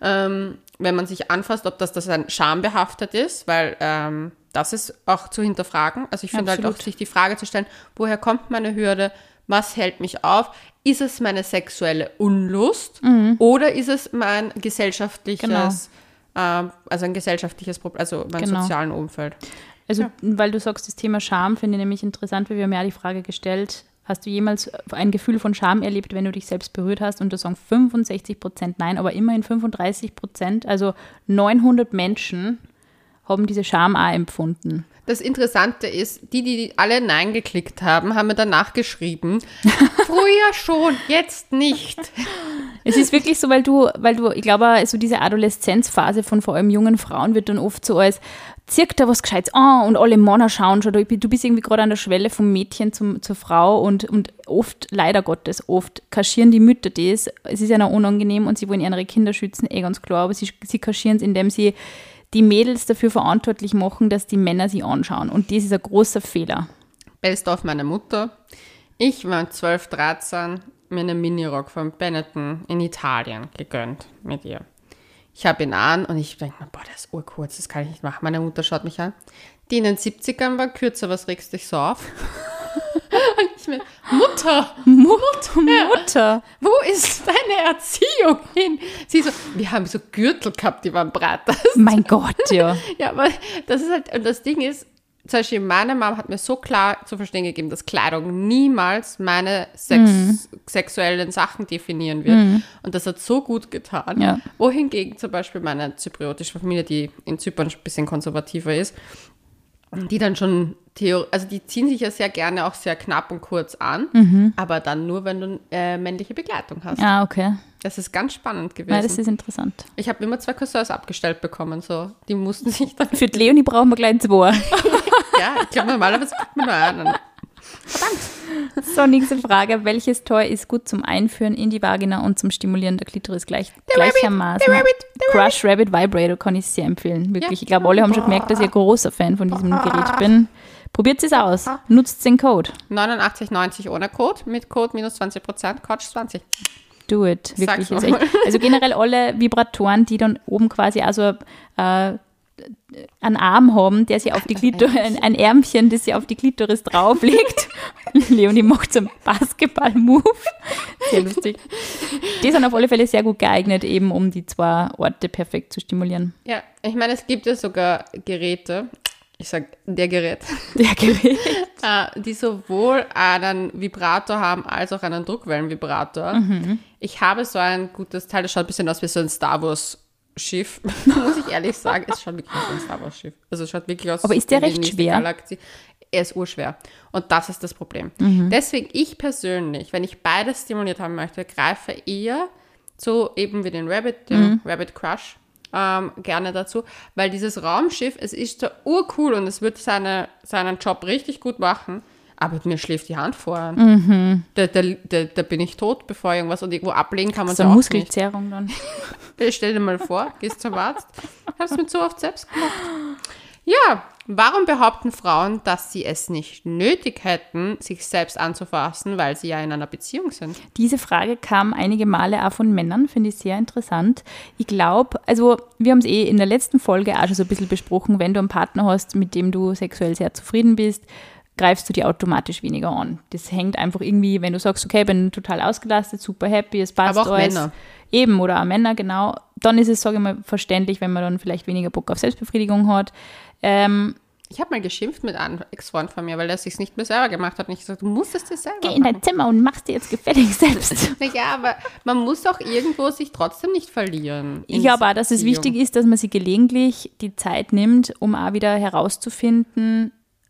Wenn man sich anfasst, ob das ein schambehaftet ist, weil das ist auch zu hinterfragen. Also ich finde halt auch, sich die Frage zu stellen, woher kommt meine Hürde, was hält mich auf? Ist es meine sexuelle Unlust oder ist es mein gesellschaftliches, also ein gesellschaftliches Problem, also mein sozialen Umfeld? Also, weil du sagst, das Thema Scham finde ich nämlich interessant, weil wir haben ja die Frage gestellt, hast du jemals ein Gefühl von Scham erlebt, wenn du dich selbst berührt hast? Und da sagen 65% nein, aber immerhin 35%, also 900 Menschen haben diese Scham auch empfunden. Das Interessante ist, die alle Nein geklickt haben, haben mir danach geschrieben, früher schon, jetzt nicht. Es ist wirklich so, weil du, ich glaube, so diese Adoleszenzphase von vor allem jungen Frauen wird dann oft so als, zirkt da was Gescheites an und alle Männer schauen schon, du bist irgendwie gerade an der Schwelle vom Mädchen zur Frau und oft, leider Gottes, oft kaschieren die Mütter das, es ist ja noch unangenehm und sie wollen ihre Kinder schützen, ganz klar, aber sie kaschieren es, indem sie die Mädels dafür verantwortlich machen, dass die Männer sie anschauen. Und das ist ein großer Fehler. Best of meine Mutter. Ich war 12, 13, mir einen Minirock von Benetton in Italien gegönnt mit ihr. Ich habe ihn an und ich denke mir, boah, der ist urkurz, das kann ich nicht machen. Meine Mutter schaut mich an. Die in den 70ern war kürzer, was regst dich so auf? Und ich mir, Mutter, wo ist deine Erziehung hin? Sie so, wir haben so Gürtel gehabt, die waren breiter. Mein Gott, ja. Ja, aber das ist halt, und das Ding ist, zum Beispiel meine Mama hat mir so klar zu verstehen gegeben, dass Kleidung niemals meine sexuellen Sachen definieren wird. Und das hat so gut getan. Ja. Wohingegen zum Beispiel meine zypriotische Familie, die in Zypern ein bisschen konservativer ist, die dann schon also die ziehen sich ja sehr gerne auch sehr knapp und kurz an, aber dann nur, wenn du männliche Begleitung hast. Ah, okay. Das ist ganz spannend gewesen. Ja, das ist interessant. Ich habe immer 2 Cousins abgestellt bekommen, so. Die mussten sich dann... Für die Leonie brauchen wir gleich 2. Ja, ich glaube, normalerweise kriegt man nur einen. Verdammt. So, nächste Frage. Welches Toy ist gut zum Einführen in die Vagina und zum Stimulieren der Klitoris gleichermaßen? Crush Rabbit Vibrator kann ich sehr empfehlen. Wirklich. Ja. Ich glaube, alle haben schon gemerkt, dass ich ein großer Fan von diesem Gerät bin. Probiert es aus. Nutzt den Code. 89,90 ohne Code. Mit Code minus 20%. Couch 20. Do it. Wirklich. Ist echt. Also generell alle Vibratoren, die dann oben quasi also einen Arm haben, der sich auf die Klitoris, ein Ärmchen, das sich auf die Klitoris drauflegt. Leonie macht so einen Basketball-Move. Sehr lustig. Die sind auf alle Fälle sehr gut geeignet, eben um die 2 Orte perfekt zu stimulieren. Ja, ich meine, es gibt ja sogar Geräte, ich sage der Gerät, die sowohl einen Vibrator haben, als auch einen Druckwellenvibrator. Ich habe so ein gutes Teil, das schaut ein bisschen aus wie so ein Star Wars Schiff, muss ich ehrlich sagen. Es schaut wirklich aus wie ein Star Wars Schiff. Also es schaut wirklich aus. Aber ist der recht schwer? Galaxie. Er ist urschwer. Und das ist das Problem. Deswegen, ich persönlich, wenn ich beides stimuliert haben möchte, greife eher so eben wie den Rabbit, den Rabbit Crush, gerne dazu, weil dieses Raumschiff, es ist so urcool und es wird seinen Job richtig gut machen, aber mir schläft die Hand vor. Da bin ich tot, bevor irgendwas und irgendwo ablegen kann man so auch Muskelzerrung dann. Stell dir mal vor, gehst zum Arzt, hab's mir so oft selbst gemacht. Ja, warum behaupten Frauen, dass sie es nicht nötig hätten, sich selbst anzufassen, weil sie ja in einer Beziehung sind? Diese Frage kam einige Male auch von Männern, finde ich sehr interessant. Ich glaube, also wir haben es in der letzten Folge auch schon so ein bisschen besprochen, wenn du einen Partner hast, mit dem du sexuell sehr zufrieden bist, greifst du die automatisch weniger an. Das hängt einfach irgendwie, wenn du sagst, okay, bin total ausgelastet, super happy, es passt aber auch alles. Männer. Eben, oder auch Männer, genau. Dann ist es, sage ich mal, verständlich, wenn man dann vielleicht weniger Bock auf Selbstbefriedigung hat. Ich habe mal geschimpft mit einem Ex-Freund von mir, weil er es sich nicht mehr selber gemacht hat. Und ich gesagt, du musst es dir selber machen. Geh in dein Zimmer und mach's dir jetzt gefällig selbst. Ja, aber man muss auch irgendwo sich trotzdem nicht verlieren. Ich glaube auch, dass es wichtig ist, dass man sich gelegentlich die Zeit nimmt, um auch wieder herauszufinden,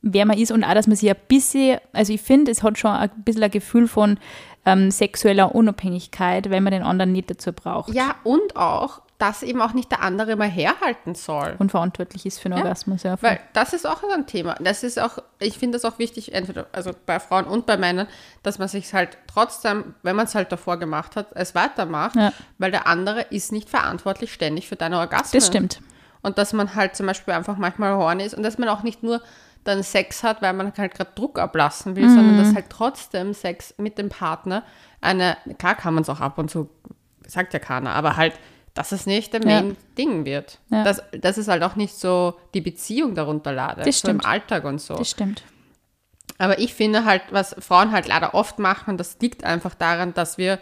wer man ist und auch, dass man sich ein bisschen, also ich finde, es hat schon ein bisschen ein Gefühl von sexueller Unabhängigkeit, wenn man den anderen nicht dazu braucht. Ja, und auch, dass eben auch nicht der andere mal herhalten soll. Und verantwortlich ist für einen Orgasmus. Ja, weil das ist auch so ein Thema. Das ist auch, ich finde das auch wichtig, entweder also bei Frauen und bei Männern, dass man sich halt trotzdem, wenn man es halt davor gemacht hat, es weitermacht, weil der andere ist nicht verantwortlich ständig für deine Orgasmen. Das stimmt. Und dass man halt zum Beispiel einfach manchmal horny ist und dass man auch nicht nur dann Sex hat, weil man halt gerade Druck ablassen will, sondern dass halt trotzdem Sex mit dem Partner klar kann man es auch ab und zu, sagt ja keiner, aber halt, dass es nicht der Main-Ding wird. Ja. Dass es halt auch nicht so die Beziehung darunter leidet, Das so im stimmt. Alltag und so. Das stimmt. Aber ich finde halt, was Frauen halt leider oft machen, das liegt einfach daran, dass wir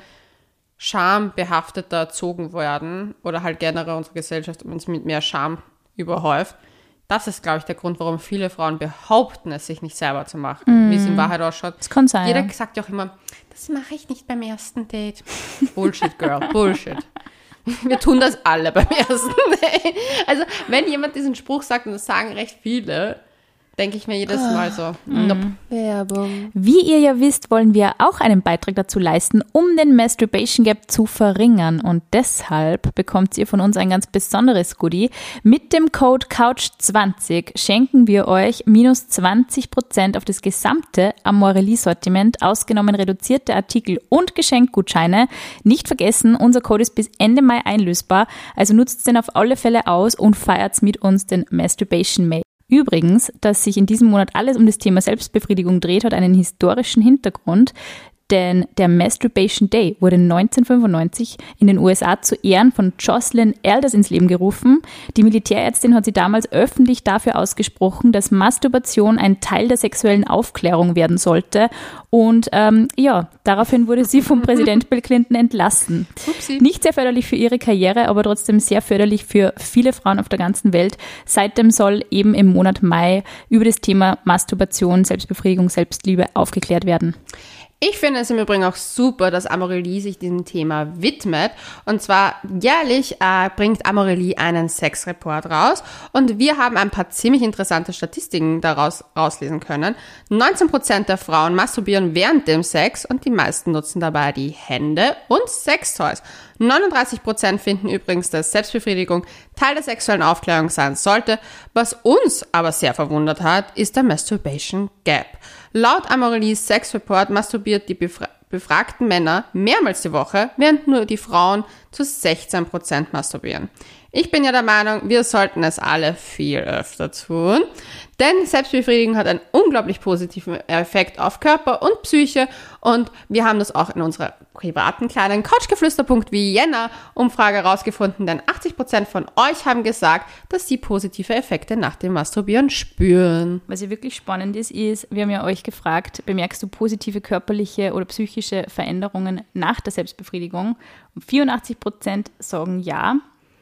schambehafteter erzogen werden oder halt generell unsere Gesellschaft uns mit mehr Scham überhäuft. Das ist, glaube ich, der Grund, warum viele Frauen behaupten, es sich nicht selber zu machen, wie es in Wahrheit ausschaut. Das kann sein. Jeder sagt ja auch immer, das mache ich nicht beim ersten Date. Bullshit, Girl, Bullshit. Wir tun das alle beim ersten Date. Also, wenn jemand diesen Spruch sagt, und das sagen recht viele, denke ich mir jedes Mal so, nope. Werbung. Wie ihr ja wisst, wollen wir auch einen Beitrag dazu leisten, um den Masturbation Gap zu verringern. Und deshalb bekommt ihr von uns ein ganz besonderes Goodie. Mit dem Code COUCH20 schenken wir euch minus 20% auf das gesamte Amorelie-Sortiment, ausgenommen reduzierte Artikel und Geschenkgutscheine. Nicht vergessen, unser Code ist bis Ende Mai einlösbar, also nutzt den auf alle Fälle aus und feiert mit uns den Masturbation May. Übrigens, dass sich in diesem Monat alles um das Thema Selbstbefriedigung dreht, hat einen historischen Hintergrund, denn der Masturbation Day wurde 1995 in den USA zu Ehren von Jocelyn Elders ins Leben gerufen. Die Militärärztin hat sie damals öffentlich dafür ausgesprochen, dass Masturbation ein Teil der sexuellen Aufklärung werden sollte. Und daraufhin wurde sie vom Präsident Bill Clinton entlassen. Upsi. Nicht sehr förderlich für ihre Karriere, aber trotzdem sehr förderlich für viele Frauen auf der ganzen Welt. Seitdem soll eben im Monat Mai über das Thema Masturbation, Selbstbefriedigung, Selbstliebe aufgeklärt werden. Ich finde es im Übrigen auch super, dass Amorelie sich diesem Thema widmet. Und zwar jährlich bringt Amorelie einen Sexreport raus. Und wir haben ein paar ziemlich interessante Statistiken daraus rauslesen können. 19% der Frauen masturbieren während dem Sex und die meisten nutzen dabei die Hände und Sextoys. 39% finden übrigens, dass Selbstbefriedigung Teil der sexuellen Aufklärung sein sollte. Was uns aber sehr verwundert hat, ist der Masturbation Gap. Laut Amorelies Sexreport masturbiert die befragten Männer mehrmals die Woche, während nur die Frauen zu 16% masturbieren. Ich bin ja der Meinung, wir sollten es alle viel öfter tun, denn Selbstbefriedigung hat einen unglaublich positiven Effekt auf Körper und Psyche und wir haben das auch in unserer privaten kleinen Couchgeflüster.vienna-Umfrage herausgefunden, denn 80% von euch haben gesagt, dass sie positive Effekte nach dem Masturbieren spüren. Was ja wirklich spannend ist, wir haben ja euch gefragt, bemerkst du positive körperliche oder psychische Veränderungen nach der Selbstbefriedigung? Und 84% sagen ja.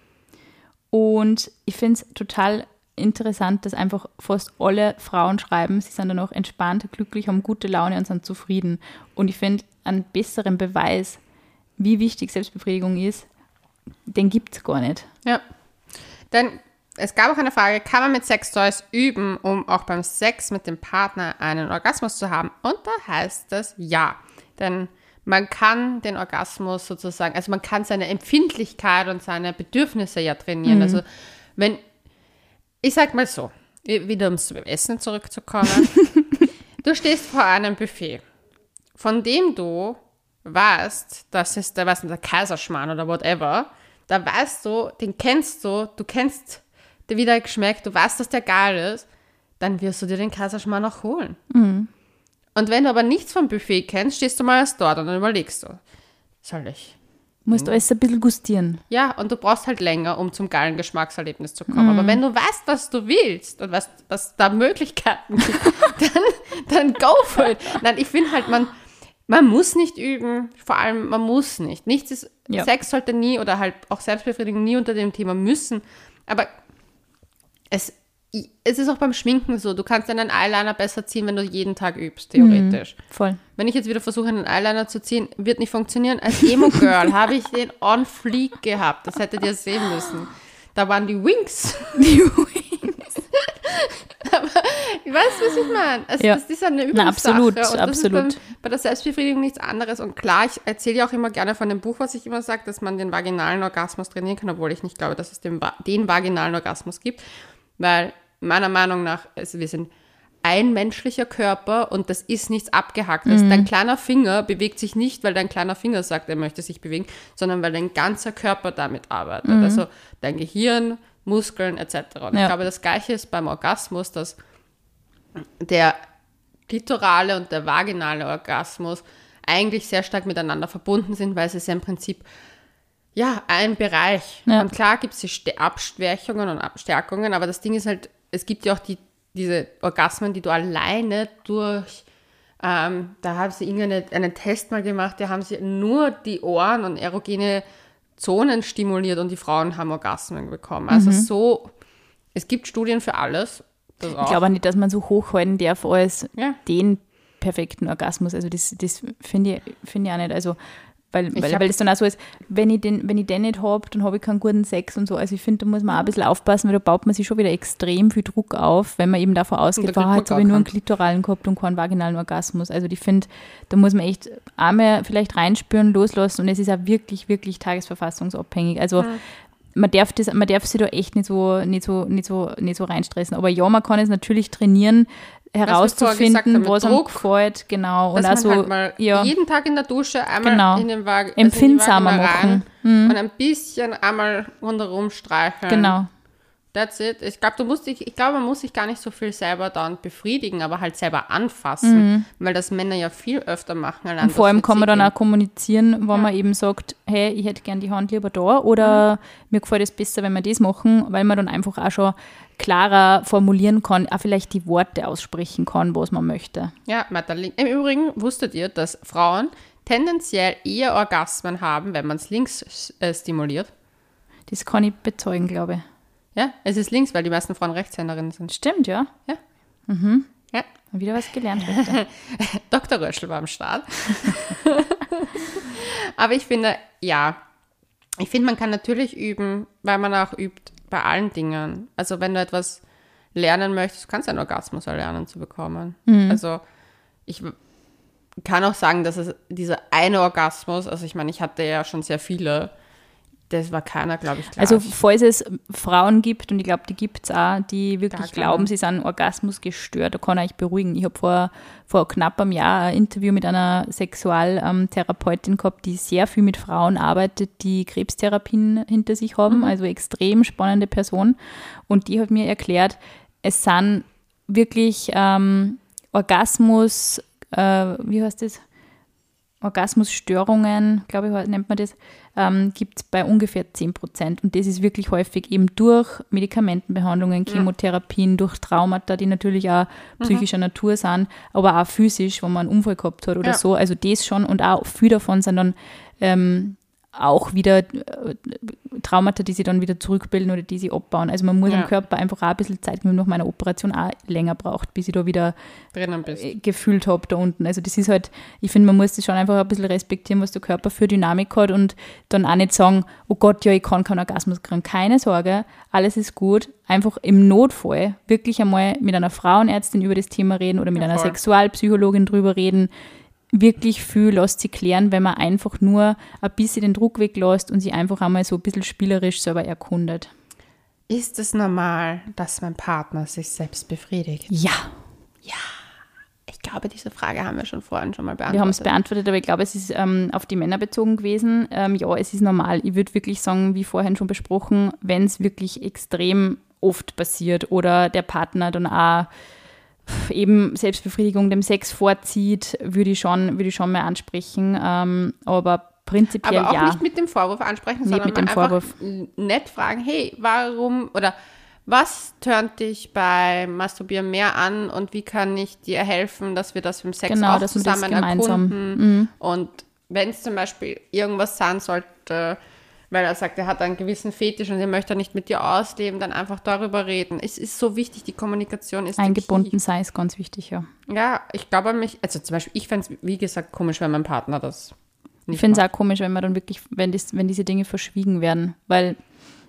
Und ich finde es total interessant, dass einfach fast alle Frauen schreiben, sie sind dann auch entspannt, glücklich, haben gute Laune und sind zufrieden. Und ich finde, einen besseren Beweis, wie wichtig Selbstbefriedigung ist, den gibt es gar nicht. Ja, denn es gab auch eine Frage, kann man mit Sextoys üben, um auch beim Sex mit dem Partner einen Orgasmus zu haben? Und da heißt es ja, denn man kann den Orgasmus sozusagen, also man kann seine Empfindlichkeit und seine Bedürfnisse ja trainieren. Also wenn, ich sag mal so, wieder ums Essen zurückzukommen, du stehst vor einem Buffet, von dem du weißt, das ist der Kaiserschmarrn oder whatever, da weißt du, den kennst du kennst, wie der geschmeckt, du weißt, dass der geil ist, dann wirst du dir den Kaiserschmarrn auch holen. Mhm. Und wenn du aber nichts vom Buffet kennst, stehst du mal erst dort und dann überlegst du, soll ich? Musst du alles ein bisschen gustieren. Ja, und du brauchst halt länger, um zum geilen Geschmackserlebnis zu kommen. Aber wenn du weißt, was du willst und was da Möglichkeiten gibt, dann go for it. Nein, ich finde halt, man muss nicht üben, vor allem man muss nicht. Nichts ist, Sex sollte nie oder halt auch Selbstbefriedigung nie unter dem Thema müssen. Aber es ist auch beim Schminken so, du kannst deinen Eyeliner besser ziehen, wenn du jeden Tag übst, theoretisch. Voll. Wenn ich jetzt wieder versuche, einen Eyeliner zu ziehen, wird nicht funktionieren. Als Emo-Girl habe ich den on fleek gehabt. Das hättet ihr sehen müssen. Da waren die Wings. Die Wings. Ich weiß, was ich meine. Ja. Das ist eine Übungssache. Na, absolut, und das absolut. ist bei der Selbstbefriedigung nichts anderes. Und klar, ich erzähle ja auch immer gerne von dem Buch, was ich immer sage, dass man den vaginalen Orgasmus trainieren kann, obwohl ich nicht glaube, dass es den vaginalen Orgasmus gibt. Weil meiner Meinung nach, wir sind ein menschlicher Körper und das ist nichts Abgehacktes. Dein kleiner Finger bewegt sich nicht, weil dein kleiner Finger sagt, er möchte sich bewegen, sondern weil dein ganzer Körper damit arbeitet. Also dein Gehirn, Muskeln etc. Und ich glaube, das Gleiche ist beim Orgasmus, dass der klitorale und der vaginale Orgasmus eigentlich sehr stark miteinander verbunden sind, weil es ist ja im Prinzip ein Bereich. Ja. Und klar gibt es die Abschwächungen und Abstärkungen, aber das Ding ist halt, es gibt ja auch diese Orgasmen, die du alleine durch, da haben sie einen Test mal gemacht, da haben sie nur die Ohren und erogene Zonen stimuliert und die Frauen haben Orgasmen bekommen. Also es gibt Studien für alles. Das auch. Ich glaube auch nicht, dass man so hochhalten darf als Ja. den perfekten Orgasmus. Also das finde ich auch nicht. Also weil es dann auch so ist, wenn ich den nicht habe, dann habe ich keinen guten Sex und so. Also ich finde, da muss man auch ein bisschen aufpassen, weil da baut man sich schon wieder extrem viel Druck auf, wenn man eben davon ausgeht, jetzt habe ich nur einen klitoralen gehabt und keinen vaginalen Orgasmus. Also ich finde, da muss man echt einmal vielleicht reinspüren, loslassen und es ist auch wirklich, wirklich tagesverfassungsabhängig. Also man darf sich da echt nicht so reinstressen. Aber ja, man kann es natürlich trainieren, herauszufinden, was einem gefällt, genau. Dass und also man halt mal jeden Tag in der Dusche einmal in den empfindsamer machen. Und ein bisschen einmal rundherum streicheln. Genau. That's it. Ich glaube, man muss sich gar nicht so viel selber dann befriedigen, aber halt selber anfassen, weil das Männer ja viel öfter machen. Und vor allem kann man dann auch kommunizieren, wenn man eben sagt, hey, ich hätte gern die Hand lieber da oder mir gefällt es besser, wenn wir das machen, weil man dann einfach auch schon klarer formulieren kann, auch vielleicht die Worte aussprechen kann, was man möchte. Ja, Madeleine, im Übrigen wusstet ihr, dass Frauen tendenziell eher Orgasmen haben, wenn man es links stimuliert? Das kann ich bezeugen, glaube ich. Ja, es ist links, weil die meisten Frauen Rechtshänderinnen sind. Stimmt, ja. Ja. Ja. Wieder was gelernt heute. Dr. Röschel war am Start. Aber ich finde, man kann natürlich üben, weil man auch übt bei allen Dingen. Also wenn du etwas lernen möchtest, kannst du einen Orgasmus erlernen zu bekommen. Also ich kann auch sagen, dass es dieser eine Orgasmus, also ich meine, ich hatte ja schon sehr viele, das war keiner, glaube ich, gleich. Also falls es Frauen gibt, und ich glaube, die gibt es auch, die wirklich glauben, sie sind Orgasmus gestört, da kann ich euch beruhigen. Ich habe vor knapp einem Jahr ein Interview mit einer Sexualtherapeutin gehabt, die sehr viel mit Frauen arbeitet, die Krebstherapien hinter sich haben, also extrem spannende Person. Und die hat mir erklärt, es sind wirklich Orgasmus, wie heißt das? Orgasmusstörungen, glaube ich, nennt man das, gibt es bei ungefähr 10%. Und das ist wirklich häufig eben durch Medikamentenbehandlungen, Chemotherapien, durch Traumata, die natürlich auch psychischer Natur sind, aber auch physisch, wo man einen Unfall gehabt hat oder so. Also das schon und auch viel davon sind dann auch wieder Traumata, die sie dann wieder zurückbilden oder die sie abbauen. Also man muss dem Körper einfach auch ein bisschen Zeit geben, nach meiner Operation auch länger braucht, bis ich da wieder gefühlt habe da unten. Also das ist halt, ich finde, man muss das schon einfach ein bisschen respektieren, was der Körper für Dynamik hat und dann auch nicht sagen, oh Gott, ja, ich kann keinen Orgasmus kriegen. Keine Sorge, alles ist gut. Einfach im Notfall wirklich einmal mit einer Frauenärztin über das Thema reden oder mit einer Sexualpsychologin drüber reden. Wirklich viel lässt sich klären, wenn man einfach nur ein bisschen den Druck weglässt und sich einfach einmal so ein bisschen spielerisch selber erkundet. Ist es normal, dass mein Partner sich selbst befriedigt? Ja. Ja. Ich glaube, diese Frage haben wir vorhin schon mal beantwortet. Wir haben es beantwortet, aber ich glaube, es ist auf die Männer bezogen gewesen. Ja, es ist normal. Ich würde wirklich sagen, wie vorhin schon besprochen, wenn es wirklich extrem oft passiert oder der Partner dann auch eben Selbstbefriedigung dem Sex vorzieht, würde ich schon mal ansprechen. Aber prinzipiell aber auch ja. nicht mit dem Vorwurf ansprechen, nicht sondern mit dem Vorwurf. Nett fragen, hey, warum oder was tönt dich beim Masturbieren mehr an und wie kann ich dir helfen, dass wir das im Sex auch zusammen erkunden? Und wenn es zum Beispiel irgendwas sein sollte, weil er sagt, er hat einen gewissen Fetisch und er möchte nicht mit dir ausleben, dann einfach darüber reden. Es ist so wichtig, die Kommunikation ist eingebunden sei es ganz wichtig, ja. Ja, ich glaube also zum Beispiel, ich fände es, wie gesagt, komisch, wenn mein Partner das nicht Ich finde es auch komisch, wenn man dann wirklich, wenn diese Dinge verschwiegen werden, weil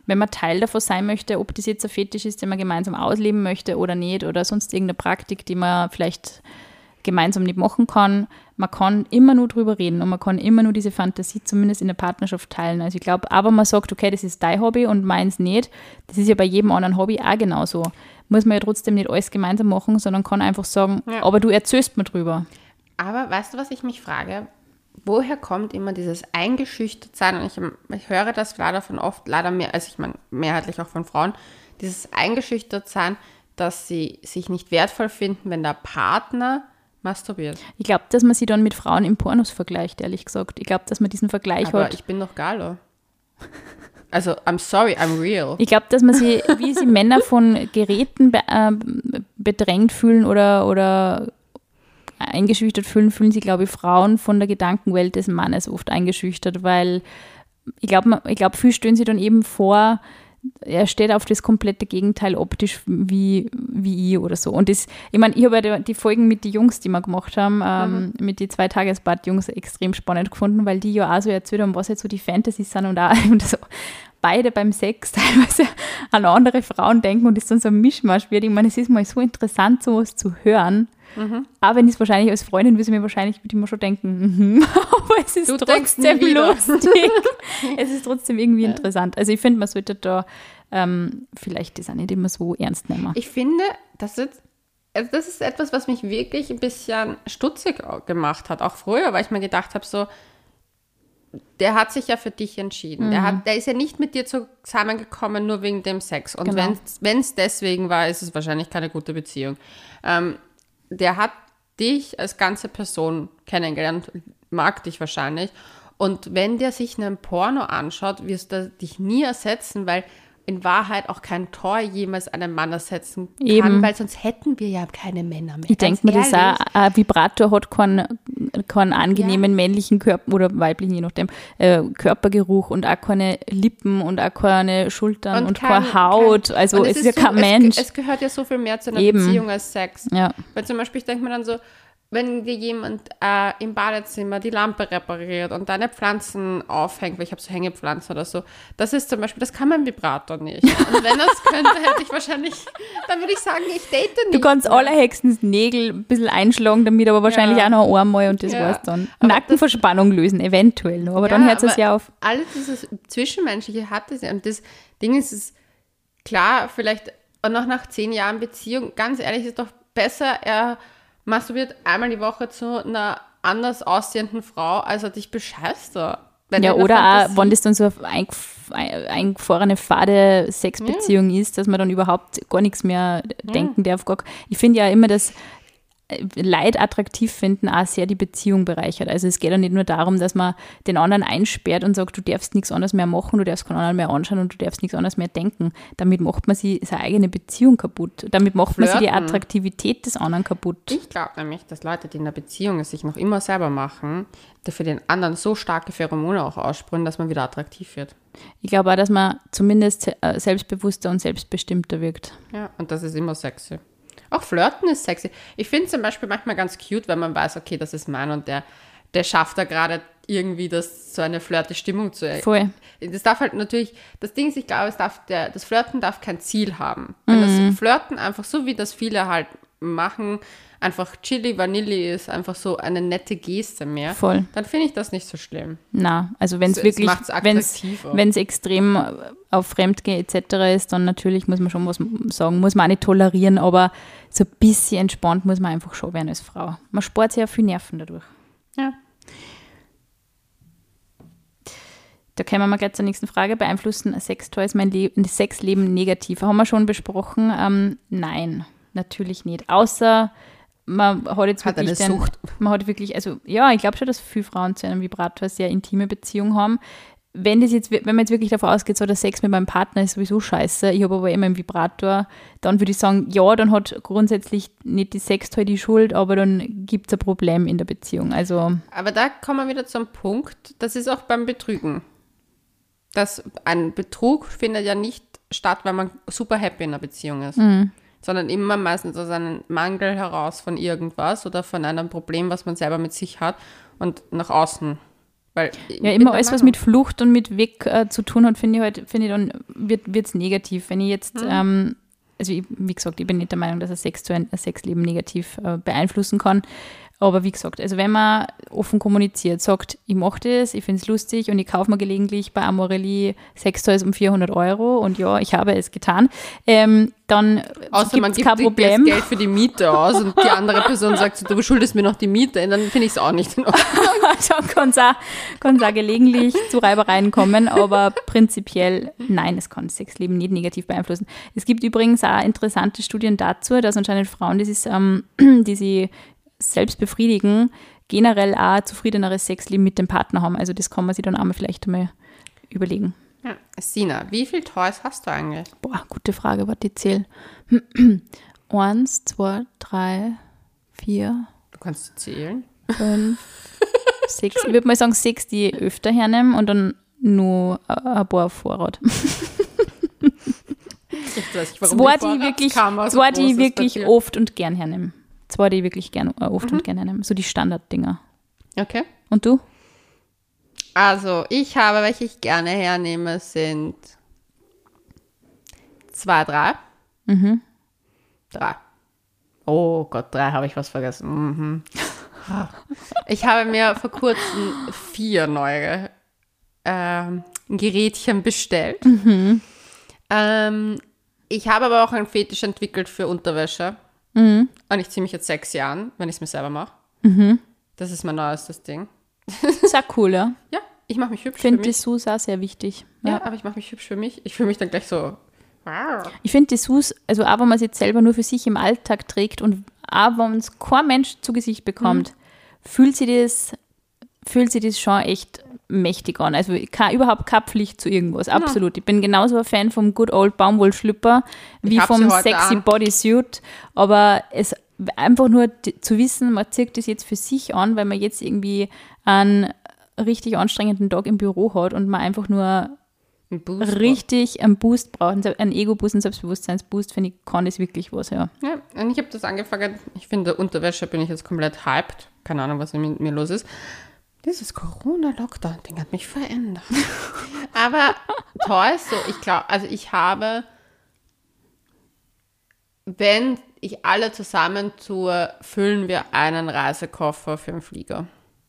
wenn man Teil davon sein möchte, ob das jetzt ein Fetisch ist, den man gemeinsam ausleben möchte oder nicht oder sonst irgendeine Praktik, die man vielleicht gemeinsam nicht machen kann. Man kann immer nur drüber reden und man kann immer nur diese Fantasie zumindest in der Partnerschaft teilen. Also ich glaube, aber man sagt, okay, das ist dein Hobby und meins nicht. Das ist ja bei jedem anderen Hobby auch genauso. Muss man ja trotzdem nicht alles gemeinsam machen, sondern kann einfach sagen, aber du erzählst mir drüber. Aber weißt du, was ich mich frage? Woher kommt immer dieses Eingeschüchtertsein? Und ich höre das leider von oft, leider mehr, also ich meine mehrheitlich auch von Frauen, dieses Eingeschüchtertsein, dass sie sich nicht wertvoll finden, wenn der Partner masturbiert. Ich glaube, dass man sie dann mit Frauen im Pornos vergleicht, ehrlich gesagt. Ich glaube, dass man diesen Vergleich hat. Aber ich bin doch Galo. Also, I'm sorry, I'm real. Ich glaube, dass man sie, wie sie Männer von Geräten bedrängt fühlen oder eingeschüchtert fühlen sie, glaube ich, Frauen von der Gedankenwelt des Mannes oft eingeschüchtert, weil ich glaube, viel stellen sie dann eben vor, er steht auf das komplette Gegenteil optisch wie ich oder so. Und das, ich meine, ich habe ja die Folgen mit den Jungs, die wir gemacht haben, mit den 2-Tages-Bad-Jungs extrem spannend gefunden, weil die ja auch so erzählt haben, was jetzt so die Fantasies sind und auch so beide beim Sex teilweise an andere Frauen denken und das dann so ein Mischmasch wird. Ich meine, es ist mal so interessant, sowas zu hören. Aber wenn ich es wahrscheinlich als Freundin würde ich mir schon denken, aber es ist trotzdem lustig. Es ist trotzdem irgendwie interessant. Also ich finde, man sollte da vielleicht das auch nicht immer so ernst nehmen. Ich finde, das ist etwas, was mich wirklich ein bisschen stutzig gemacht hat, auch früher, weil ich mir gedacht habe, so, der hat sich ja für dich entschieden. Der ist ja nicht mit dir zusammengekommen, nur wegen dem Sex. Und genau. wenn es deswegen war, ist es wahrscheinlich keine gute Beziehung. Der hat dich als ganze Person kennengelernt, mag dich wahrscheinlich. Und wenn der sich einen Porno anschaut, wirst du dich nie ersetzen, weil in Wahrheit auch kein Tor jemals einen Mann ersetzen kann, eben. Weil sonst hätten wir ja keine Männer mehr. Ich denke mir, das auch, ein Vibrator hat keinen angenehmen männlichen Körper oder weiblichen, je nachdem, Körpergeruch und auch keine Lippen und auch keine Schultern und keine Haut. Also es ist ja kein Mensch. Es gehört ja so viel mehr zu einer Beziehung als Sex. Ja. Weil zum Beispiel, ich denke mir dann so, wenn dir jemand im Badezimmer die Lampe repariert und deine Pflanzen aufhängt, weil ich habe so Hängepflanzen oder so, das ist zum Beispiel, das kann mein Vibrator nicht. Und wenn das könnte, hätte ich wahrscheinlich, dann würde ich sagen, ich date nicht. Du kannst alle Hexensnägel ein bisschen einschlagen damit, aber wahrscheinlich auch noch einmal und das war's dann. Aber Nackenverspannung lösen, eventuell noch, aber dann hört es ja auf. Alles dieses Zwischenmenschliche hat es ja. Und das Ding ist, es klar, vielleicht noch nach 10 Jahren Beziehung, ganz ehrlich, ist doch besser, er masturbiert einmal die Woche zu einer anders aussehenden Frau, als er dich bescheißt. Ja, oder auch, wenn das dann so eine eingefahrene, fade Sexbeziehung ist, dass man dann überhaupt gar nichts mehr denken darf. Ich finde ja immer, dass Leid attraktiv finden auch sehr die Beziehung bereichert. Also es geht ja nicht nur darum, dass man den anderen einsperrt und sagt, du darfst nichts anderes mehr machen, du darfst keinen anderen mehr anschauen und du darfst nichts anderes mehr denken. Damit macht man sich seine eigene Beziehung kaputt. Damit macht man sich die Attraktivität des anderen kaputt. Ich glaube nämlich, dass Leute, die in der Beziehung es sich noch immer selber machen, für den anderen so starke Pheromone auch aussprühen, dass man wieder attraktiv wird. Ich glaube auch, dass man zumindest selbstbewusster und selbstbestimmter wirkt. Ja, und das ist immer sexy. Auch Flirten ist sexy. Ich finde zum Beispiel manchmal ganz cute, wenn man weiß, okay, das ist mein und der schafft da gerade irgendwie so eine flirte Stimmung zu Voll. Das darf halt natürlich, das Ding ist, ich glaube, das Flirten darf kein Ziel haben. Wenn das Flirten einfach so, wie das viele halt machen, einfach chili, vanilli ist, einfach so eine nette Geste mehr, voll. Dann finde ich das nicht so schlimm. Na, also wenn es wirklich, wenn es extrem auf Fremdgehen etc. ist, dann natürlich muss man schon was sagen, muss man auch nicht tolerieren, aber so ein bisschen entspannt muss man einfach schon werden als Frau. Man spart sich ja viel Nerven dadurch. Ja. Da kommen wir gleich zur nächsten Frage. Beeinflussen Sextoys mein Sexleben negativ? Haben wir schon besprochen? Nein, natürlich nicht. Außer man hat jetzt hat wirklich eine Sucht. Man hat wirklich, also ja, ich glaube schon, dass viele Frauen zu einem Vibrator eine sehr intime Beziehung haben. Wenn man jetzt wirklich davon ausgeht, so der Sex mit meinem Partner ist sowieso scheiße, ich habe aber immer einen Vibrator, dann würde ich sagen, ja, dann hat grundsätzlich nicht die Sextoy die Schuld, aber dann gibt es ein Problem in der Beziehung. Also, aber da kommen wir wieder zum Punkt, das ist auch beim Betrügen. Ein Betrug findet ja nicht statt, weil man super happy in einer Beziehung ist. Sondern immer meistens aus einem Mangel heraus von irgendwas oder von einem Problem, was man selber mit sich hat und nach außen Weil Ja, immer alles, was mit Flucht und mit Weg zu tun hat, finde ich dann, wird es negativ. Wenn ich jetzt, wie gesagt, ich bin nicht der Meinung, dass ein Sexleben negativ beeinflussen kann. Aber wie gesagt, also wenn man offen kommuniziert, sagt, ich mache das, ich finde es lustig und ich kaufe mir gelegentlich bei Amorelie Sextoys um 400 € und ja, ich habe es getan, dann außer man gibt kein Problem. Das Geld für die Miete aus und die andere Person sagt so, du schuldest mir noch die Miete, dann finde ich es auch nicht in Ordnung. Dann kann es auch gelegentlich zu Reibereien kommen, aber prinzipiell nein, es kann das Sexleben nicht negativ beeinflussen. Es gibt übrigens auch interessante Studien dazu, dass anscheinend Frauen, die sie selbst befriedigen, generell auch ein zufriedeneres Sexleben mit dem Partner haben. Also das kann man sich dann auch mal vielleicht einmal überlegen. Ja. Sina, wie viele Toys hast du eigentlich? Boah, gute Frage, warte, ich zähle. 1, 2, 3, 4. Du kannst zählen. 5, 6. Ich würde mal sagen 6, die ich öfter hernehme und dann nur ein paar auf Vorrat. Ich weiß nicht, warum zwei, die ich wirklich oft und gern hernehme. 2, die ich wirklich oft und gerne nehme. So die Standarddinger. Okay. Und du? Also, welche ich gerne hernehme, sind 2, 3. 3. Oh Gott, 3 habe ich was vergessen. Ich habe mir vor kurzem 4 neue Gerätchen bestellt. Ich habe aber auch einen Fetisch entwickelt für Unterwäsche. Und ich ziehe mich jetzt 6 Jahren, wenn ich es mir selber mache. Das ist mein neuestes Ding. Ist auch cool, ja? Ja, ich mache mich hübsch für mich. Ich finde Dessous auch sehr wichtig. Ja, aber ich mache mich hübsch für mich. Ich fühle mich dann gleich so... Ich finde Dessous, also auch wenn man es jetzt selber nur für sich im Alltag trägt und auch wenn es kein Mensch zu Gesicht bekommt, fühlt sie das schon echt mächtig an. Also überhaupt keine Pflicht zu irgendwas, absolut. Ich bin genauso ein Fan vom Good Old Baumwollschlüpper wie vom Sexy Bodysuit, aber es einfach nur zu wissen, man zieht das jetzt für sich an, weil man jetzt irgendwie einen richtig anstrengenden Tag im Büro hat und man einfach nur einen Boost braucht, einen Ego-Boost, einen Selbstbewusstseinsboost, finde ich, kann das wirklich was, ja. Ja, und ich habe das angefangen, ich finde, Unterwäsche bin ich jetzt komplett hyped, keine Ahnung, was mit mir los ist. Dieses Corona-Lockdown-Ding hat mich verändert. Aber Toys, so, ich glaube, also ich habe, wenn ich alle zusammen tue, füllen wir einen Reisekoffer für einen Flieger.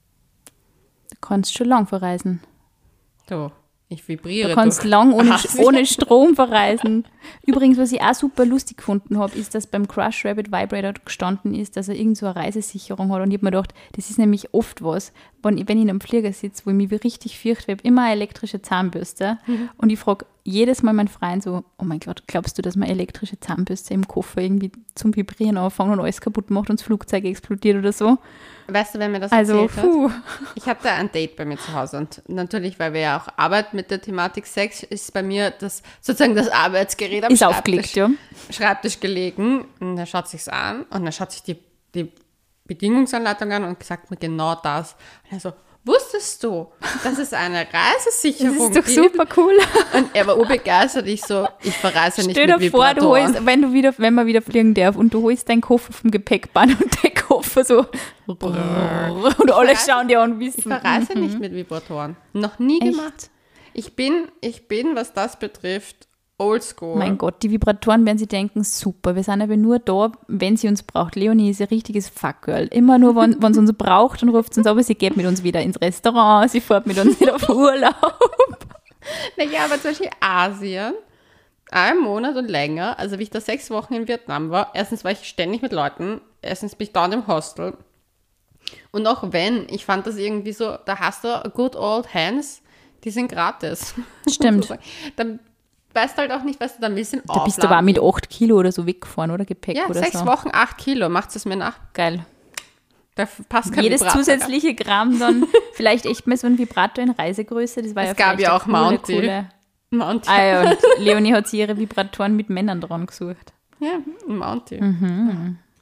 Du kannst schon lang verreisen. So, ich vibriere. Du kannst lang ohne Strom verreisen. Übrigens, was ich auch super lustig gefunden habe, ist, dass beim Crush Rabbit Vibrator gestanden ist, dass er irgend so eine Reisesicherung hat. Und ich habe mir gedacht, das ist nämlich oft was, wenn ich in einem Flieger sitze, wo ich mich richtig fürchte, ich habe immer eine elektrische Zahnbürste. Und ich frage jedes Mal meinen Freund so, oh mein Gott, glaubst du, dass man elektrische Zahnbürste im Koffer irgendwie zum Vibrieren anfangen und alles kaputt macht und das Flugzeug explodiert oder so? Weißt du, wenn mir das erzählt hat? Ich hatte ein Date bei mir zu Hause und natürlich, weil wir ja auch arbeiten mit der Thematik Sex, ist bei mir sozusagen das Arbeitsgerät am Schreibtisch gelegen und er schaut sich's an und er schaut sich die Bedienungsanleitung an und sagt mir genau das. Und er so, wusstest du, das ist eine Reisesicherung. Das ist doch super cool. Und er war urbegeistert. Ich verreise nicht mit Vibratoren. Stell dir vor, wenn man wieder fliegen darf und du holst deinen Koffer vom Gepäckband und der Koffer so und alle schauen dir an und wissen. Ich verreise nicht mit Vibratoren. Noch nie gemacht. Ich bin, was das betrifft, oldschool. Mein Gott, die Vibratoren werden sie denken, super, wir sind aber nur da, wenn sie uns braucht. Leonie ist ein richtiges Fuckgirl. Immer nur, wenn sie uns braucht, dann ruft sie uns, aber sie geht mit uns wieder ins Restaurant, sie fährt mit uns wieder auf Urlaub. Naja, aber zum Beispiel Asien, 1 Monat und länger, also wie ich da 6 Wochen in Vietnam war, erstens war ich ständig mit Leuten, erstens bin ich dauernd im Hostel und auch wenn, ich fand das irgendwie so, da hast du good old hands, die sind gratis. Stimmt. Dann weißt du halt auch nicht, was du da ein bisschen aufladen. Da bist du aber mit 8 Kilo oder so weggefahren, oder Gepäck oder so. Ja, 6 Wochen, 8 Kilo, macht es mir nach. Geil. Da passt kein Jedes Vibrator. Zusätzliche Gramm dann, vielleicht echt mal so ein Vibrator in Reisegröße, das war es gab ja auch Mountie. Ah ja, und Leonie hat sich ihre Vibratoren mit Männern dran gesucht. Ja, ein Mountie.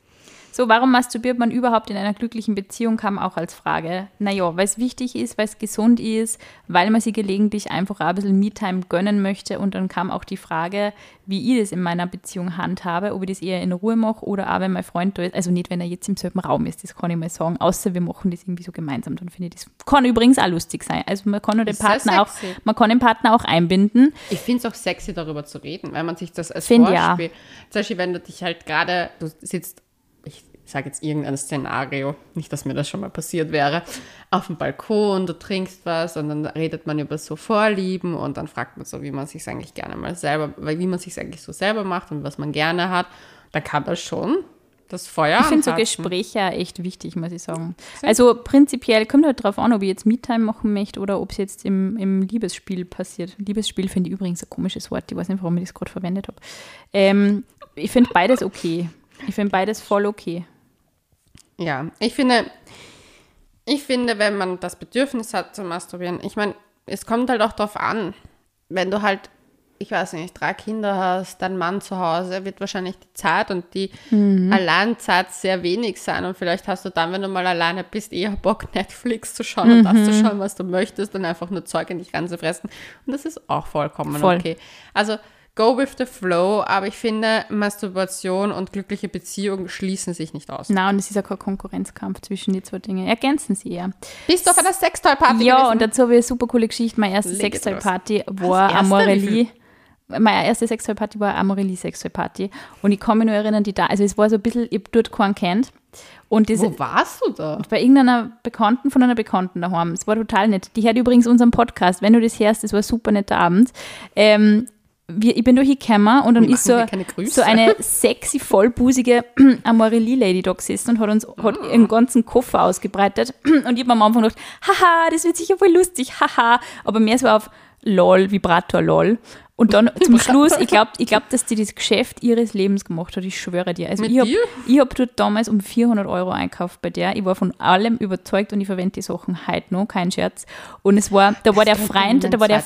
So, warum masturbiert man überhaupt in einer glücklichen Beziehung, kam auch als Frage. Naja, weil es wichtig ist, weil es gesund ist, weil man sich gelegentlich einfach auch ein bisschen Me-Time gönnen möchte. Und dann kam auch die Frage, wie ich das in meiner Beziehung handhabe, ob ich das eher in Ruhe mache oder auch, wenn mein Freund da ist. Also nicht, wenn er jetzt im selben Raum ist, das kann ich mal sagen. Außer wir machen das irgendwie so gemeinsam. Dann finde ich, das kann übrigens auch lustig sein. Also man kann den Partner auch einbinden. Ich finde es auch sexy, darüber zu reden, weil man sich das als Find Vorspiel... Ja. Zum Beispiel, wenn du dich halt gerade... Du sitzt... Ich sage jetzt irgendein Szenario, nicht, dass mir das schon mal passiert wäre, auf dem Balkon, du trinkst was und dann redet man über so Vorlieben und dann fragt man so, wie man sich eigentlich gerne mal selber, wie man sich eigentlich so selber macht und was man gerne hat. Da kann das schon das Feuer Ich finde so Gespräche ja echt wichtig, muss ich sagen. Also prinzipiell kommt halt drauf an, ob ich jetzt Me-Time machen möchte oder ob es jetzt im Liebesspiel passiert. Liebesspiel finde ich übrigens ein komisches Wort, ich weiß nicht, warum ich das gerade verwendet habe. Ich finde beides okay. Ich finde beides voll okay. Ja, ich finde, wenn man das Bedürfnis hat zu masturbieren, ich meine, es kommt halt auch drauf an, wenn du halt, ich weiß nicht, 3 Kinder hast, dein Mann zu Hause, wird wahrscheinlich die Zeit und die Alleinzeit sehr wenig sein und vielleicht hast du dann, wenn du mal alleine bist, eher Bock, Netflix zu schauen und das zu schauen, was du möchtest und einfach nur Zeug in dich ranzufressen und das ist auch vollkommen okay. Also, go with the flow, aber ich finde, Masturbation und glückliche Beziehungen schließen sich nicht aus. Nein, und es ist ja kein Konkurrenzkampf zwischen die zwei Dinge. Ergänzen sie ja. Bist du auf einer Sextoy-Party Ja, gewesen? Und dazu habe ich eine super coole Geschichte. Meine erste Sextoy-Party war Amorelie. Meine erste Sextoy-Party war Amorelie-Sextoy-Party. Und ich kann mich nur erinnern, also es war so ein bisschen, ich habe dort keinen kennt. Und wo warst du da? Bei irgendeiner Bekannten von einer Bekannten daheim. Es war total nett. Die hört übrigens unseren Podcast. Wenn du das hörst, das war ein super netter Abend. Ich bin durchgekommen und dann ist so eine sexy, vollbusige Amorelie-Lady da gesessen und hat ihren ganzen Koffer ausgebreitet. Und ich habe am Anfang gedacht, haha, das wird sicher voll lustig, haha. Aber mehr so auf LOL, Vibrator LOL. Und dann zum Schluss, ich glaub, dass die das Geschäft ihres Lebens gemacht hat, ich schwöre dir. Also ich hab dort damals um 400 € einkauft bei der. Ich war von allem überzeugt und ich verwende die Sachen heute noch, kein Scherz. Und da war der Freund.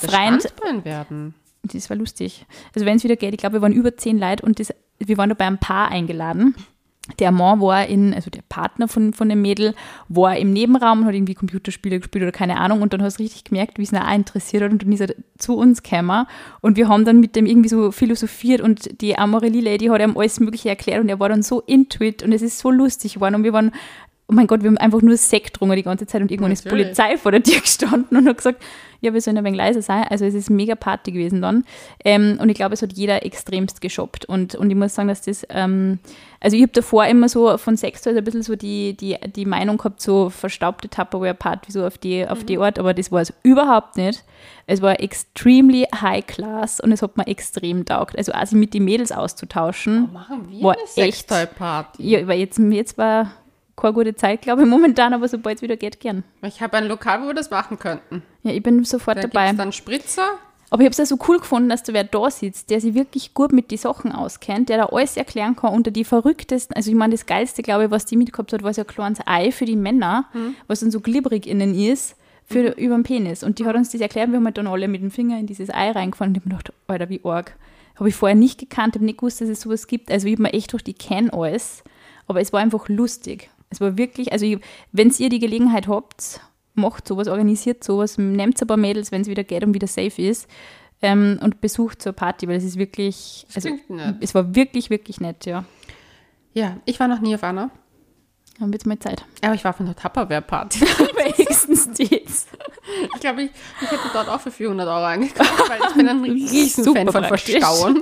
Werden. Das war lustig. Also wenn es wieder geht, ich glaube, wir waren über 10 Leute und wir waren da bei einem Paar eingeladen. Der Mann war also der Partner von dem Mädel, war im Nebenraum und hat irgendwie Computerspiele gespielt oder keine Ahnung und dann hast du richtig gemerkt, wie es ihn auch interessiert hat und dann ist er zu uns gekommen und wir haben dann mit dem irgendwie so philosophiert und die Amorelie-Lady hat ihm alles Mögliche erklärt und er war dann so into it und es ist so lustig geworden und wir waren, oh mein Gott, wir haben einfach nur Sekt getrunken die ganze Zeit und irgendwann ist Polizei vor der Tür gestanden und hat gesagt, ja, wir sollen ein wenig leiser sein. Also es ist mega Party gewesen dann. Und ich glaube, es hat jeder extremst geshoppt. Und ich muss sagen, dass das, also ich habe davor immer so von Sex ein bisschen so die Meinung gehabt, so verstaubte Tupperware-Party so auf die Art, aber das war es überhaupt nicht. Es war extremely high class und es hat mir extrem taugt. Also sich mit den Mädels auszutauschen, machen wir war eine Sextoy-Party? Ja, weil jetzt war keine gute Zeit, glaube ich, momentan, aber sobald es wieder geht, gern. Ich habe ein Lokal, wo wir das machen könnten. Ja, ich bin sofort dabei. Da dann Spritzer. Aber ich habe es ja so cool gefunden, dass da wer da sitzt, der sich wirklich gut mit den Sachen auskennt, der da alles erklären kann unter die verrücktesten, also ich meine, das Geilste, glaube ich, was die mitgehabt hat, war so ein kleines Ei für die Männer, was dann so glibberig innen ist, über den Penis. Und die hat uns das erklärt, wir haben halt dann alle mit dem Finger in dieses Ei reingefahren und ich habe mir gedacht, Alter, wie arg. Habe ich vorher nicht gekannt, habe nicht gewusst, dass es sowas gibt. Also ich habe mir echt durch die kenne alles, aber es war einfach lustig. Es war wirklich, also wenn ihr die Gelegenheit habt, macht sowas, organisiert sowas, nehmt ein paar Mädels, wenn es wieder geht und wieder safe ist und besucht so eine Party, weil es ist wirklich, also es war wirklich, wirklich nett, ja. Ja, ich war noch nie auf einer. Haben wir jetzt mal Zeit. Aber ich war von der Tupperware-Party. Wenigstens das. Ich glaube, ich hätte dort auch für 400 € eingekauft, weil ich bin ein Riesenfan von Verstauen.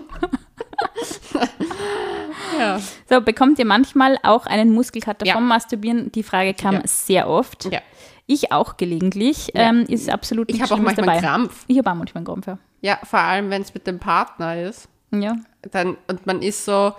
Ja. So, bekommt ihr manchmal auch einen Muskelkater vom Masturbieren? Die Frage kam sehr oft. Ja. Ich auch gelegentlich. Ist absolut nicht Ich habe auch manchmal einen Krampf. Ich habe auch manchmal einen Krampf, ja. Ja, vor allem, wenn es mit dem Partner ist. Ja. Und man ist so,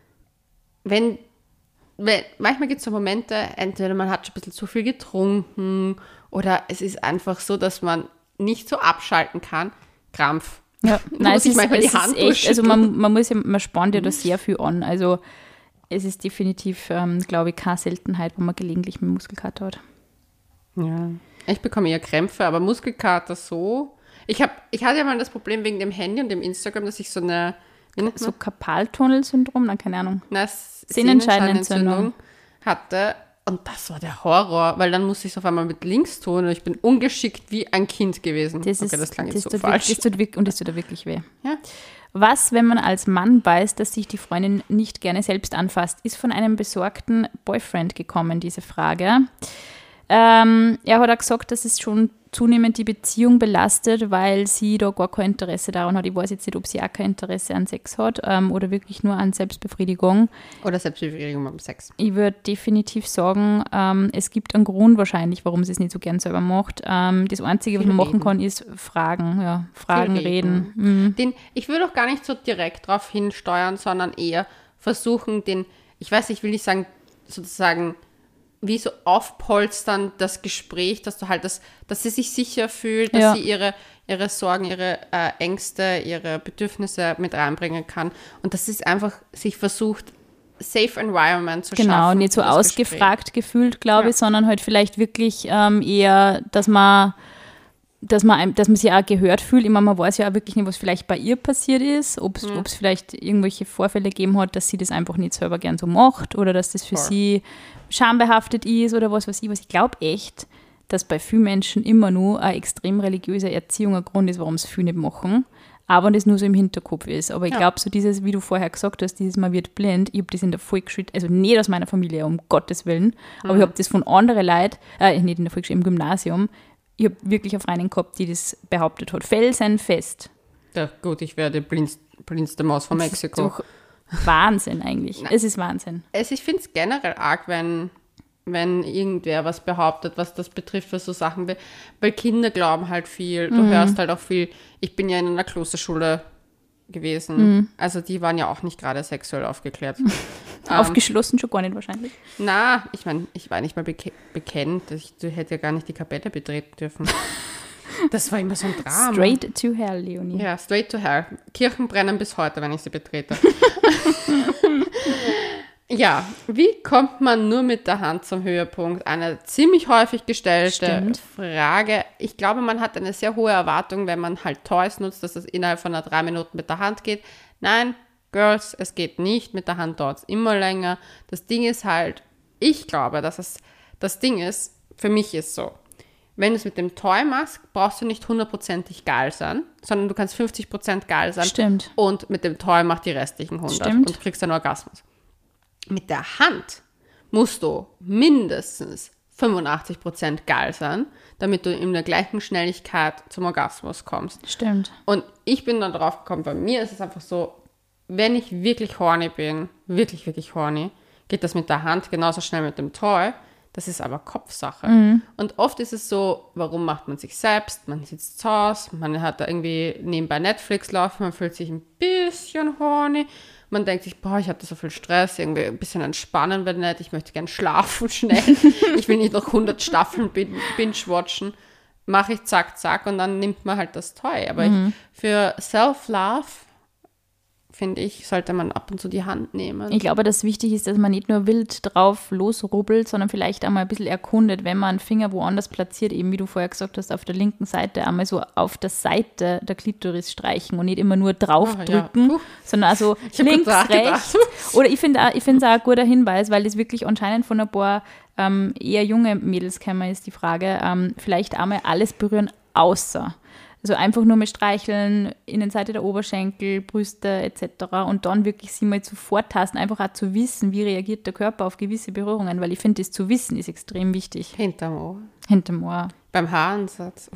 manchmal gibt es so Momente, entweder man hat schon ein bisschen zu viel getrunken oder es ist einfach so, dass man nicht so abschalten kann. Krampf. Ja, nein, es ist echt, also man spannt ja da sehr viel an. Also es ist definitiv, glaube ich, keine Seltenheit, wo man gelegentlich mit Muskelkater hat. Ja, ich bekomme eher Krämpfe, aber Muskelkater so. Ich hatte ja mal das Problem wegen dem Handy und dem Instagram, dass ich so Karpaltunnel-Syndrom, keine Ahnung. Sehnenscheidenentzündung. hatte. Und das war der Horror, weil dann musste ich es auf einmal mit links tun und ich bin ungeschickt wie ein Kind gewesen. Das klang jetzt so tut falsch. Das tut da wirklich weh. Ja. Was, wenn man als Mann weiß, dass sich die Freundin nicht gerne selbst anfasst? Ist von einem besorgten Boyfriend gekommen, diese Frage. Er hat auch gesagt, dass es schon zunehmend die Beziehung belastet, weil sie da gar kein Interesse daran hat. Ich weiß jetzt nicht, ob sie auch kein Interesse an Sex hat oder wirklich nur an Selbstbefriedigung. Oder Selbstbefriedigung beim Sex. Ich würde definitiv sagen, es gibt einen Grund wahrscheinlich, warum sie es nicht so gern selber macht. Das Einzige, was man machen kann, ist Fragen. Ja, Fragen, reden. Mhm. Ich würde auch gar nicht so direkt drauf hinsteuern, sondern eher versuchen, ich will nicht sagen, sozusagen, wie so aufpolstern das Gespräch, dass du halt dass sie sich sicher fühlt, dass sie ihre Sorgen, ihre Ängste, ihre Bedürfnisse mit reinbringen kann. Und dass es einfach sich versucht, safe environment zu schaffen. Genau, nicht so ausgefragt gefühlt, glaube ich, sondern halt vielleicht wirklich eher, dass man sich auch gehört fühlt. Ich meine, man weiß ja auch wirklich nicht, was vielleicht bei ihr passiert ist, ob es vielleicht irgendwelche Vorfälle gegeben hat, dass sie das einfach nicht selber gern so macht oder dass das für sie schambehaftet ist oder was weiß ich. Ich glaube echt, dass bei vielen Menschen immer nur eine extrem religiöse Erziehung ein Grund ist, warum es viele nicht machen. Aber das nur so im Hinterkopf ist. Aber ich glaube, so dieses, wie du vorher gesagt hast, dieses man wird blind, ich habe das in der Volksschule, also nicht aus meiner Familie, um Gottes Willen, aber ich habe das von anderen Leuten, nicht in der Volksschule, im Gymnasium, ich habe wirklich eine Freundin gehabt, die das behauptet hat. Felsenfest. Ja gut, ich wäre die blindste Maus von Mexiko. Das ist doch Wahnsinn eigentlich. Nein. Es ist Wahnsinn. Ich finde es generell arg, wenn irgendwer was behauptet, was das betrifft für so Sachen, weil Kinder glauben halt viel, du hörst halt auch viel. Ich bin ja in einer Klosterschule gewesen, also die waren ja auch nicht gerade sexuell aufgeklärt. Aufgeschlossen schon gar nicht wahrscheinlich. Na, ich meine, ich war nicht mal bekennt, ich hätte ja gar nicht die Kapelle betreten dürfen. Das war immer so ein Drama. Straight to hell, Leonie. Ja, straight to hell. Kirchen brennen bis heute, wenn ich sie betrete. Ja, wie kommt man nur mit der Hand zum Höhepunkt? Eine ziemlich häufig gestellte Frage. Ich glaube, man hat eine sehr hohe Erwartung, wenn man halt Toys nutzt, dass es innerhalb von 3 Minuten mit der Hand geht. Nein, Girls, es geht nicht. Mit der Hand dauert es immer länger. Das Ding ist halt, ich glaube, dass es das Ding ist, für mich ist so, wenn du es mit dem Toy machst, brauchst du nicht 100%ig geil sein, sondern du kannst 50% geil sein. Stimmt. Und mit dem Toy mach die restlichen 100 Stimmt. und kriegst einen Orgasmus. Mit der Hand musst du mindestens 85% geil sein, damit du in der gleichen Schnelligkeit zum Orgasmus kommst. Stimmt. Und ich bin dann drauf gekommen, bei mir ist es einfach so, wenn ich wirklich horny bin, wirklich, wirklich horny, geht das mit der Hand genauso schnell mit dem Toy. Das ist aber Kopfsache. Und oft ist es so, warum macht man sich selbst? Man sitzt zu Hause, man hat da irgendwie nebenbei Netflix laufen, man fühlt sich ein bisschen horny. Man denkt sich, boah, ich hatte so viel Stress, irgendwie ein bisschen entspannen wäre nett, ich möchte gerne schlafen schnell. Ich will nicht noch 100 Staffeln binge-watchen. Mache ich zack, zack und dann nimmt man halt das Toy. Aber für Self-Love, finde ich, sollte man ab und zu die Hand nehmen. Ich glaube, dass wichtig ist, dass man nicht nur wild drauf losrubbelt, sondern vielleicht einmal ein bisschen erkundet, wenn man einen Finger woanders platziert, eben wie du vorher gesagt hast, auf der linken Seite, einmal so auf der Seite der Klitoris streichen und nicht immer nur draufdrücken, sondern also links, rechts. Oder ich finde es auch ein guter Hinweis, weil das wirklich anscheinend von ein paar eher junge Mädels käme, ist die Frage, vielleicht einmal alles berühren, außer. Also einfach nur mit Streicheln, Innenseite der Oberschenkel, Brüste etc. Und dann wirklich sie mal zu vortasten, einfach auch zu wissen, wie reagiert der Körper auf gewisse Berührungen, weil ich finde, das zu wissen ist extrem wichtig. Hinterm Ohr. Hinterm Ohr. Beim Haaransatz.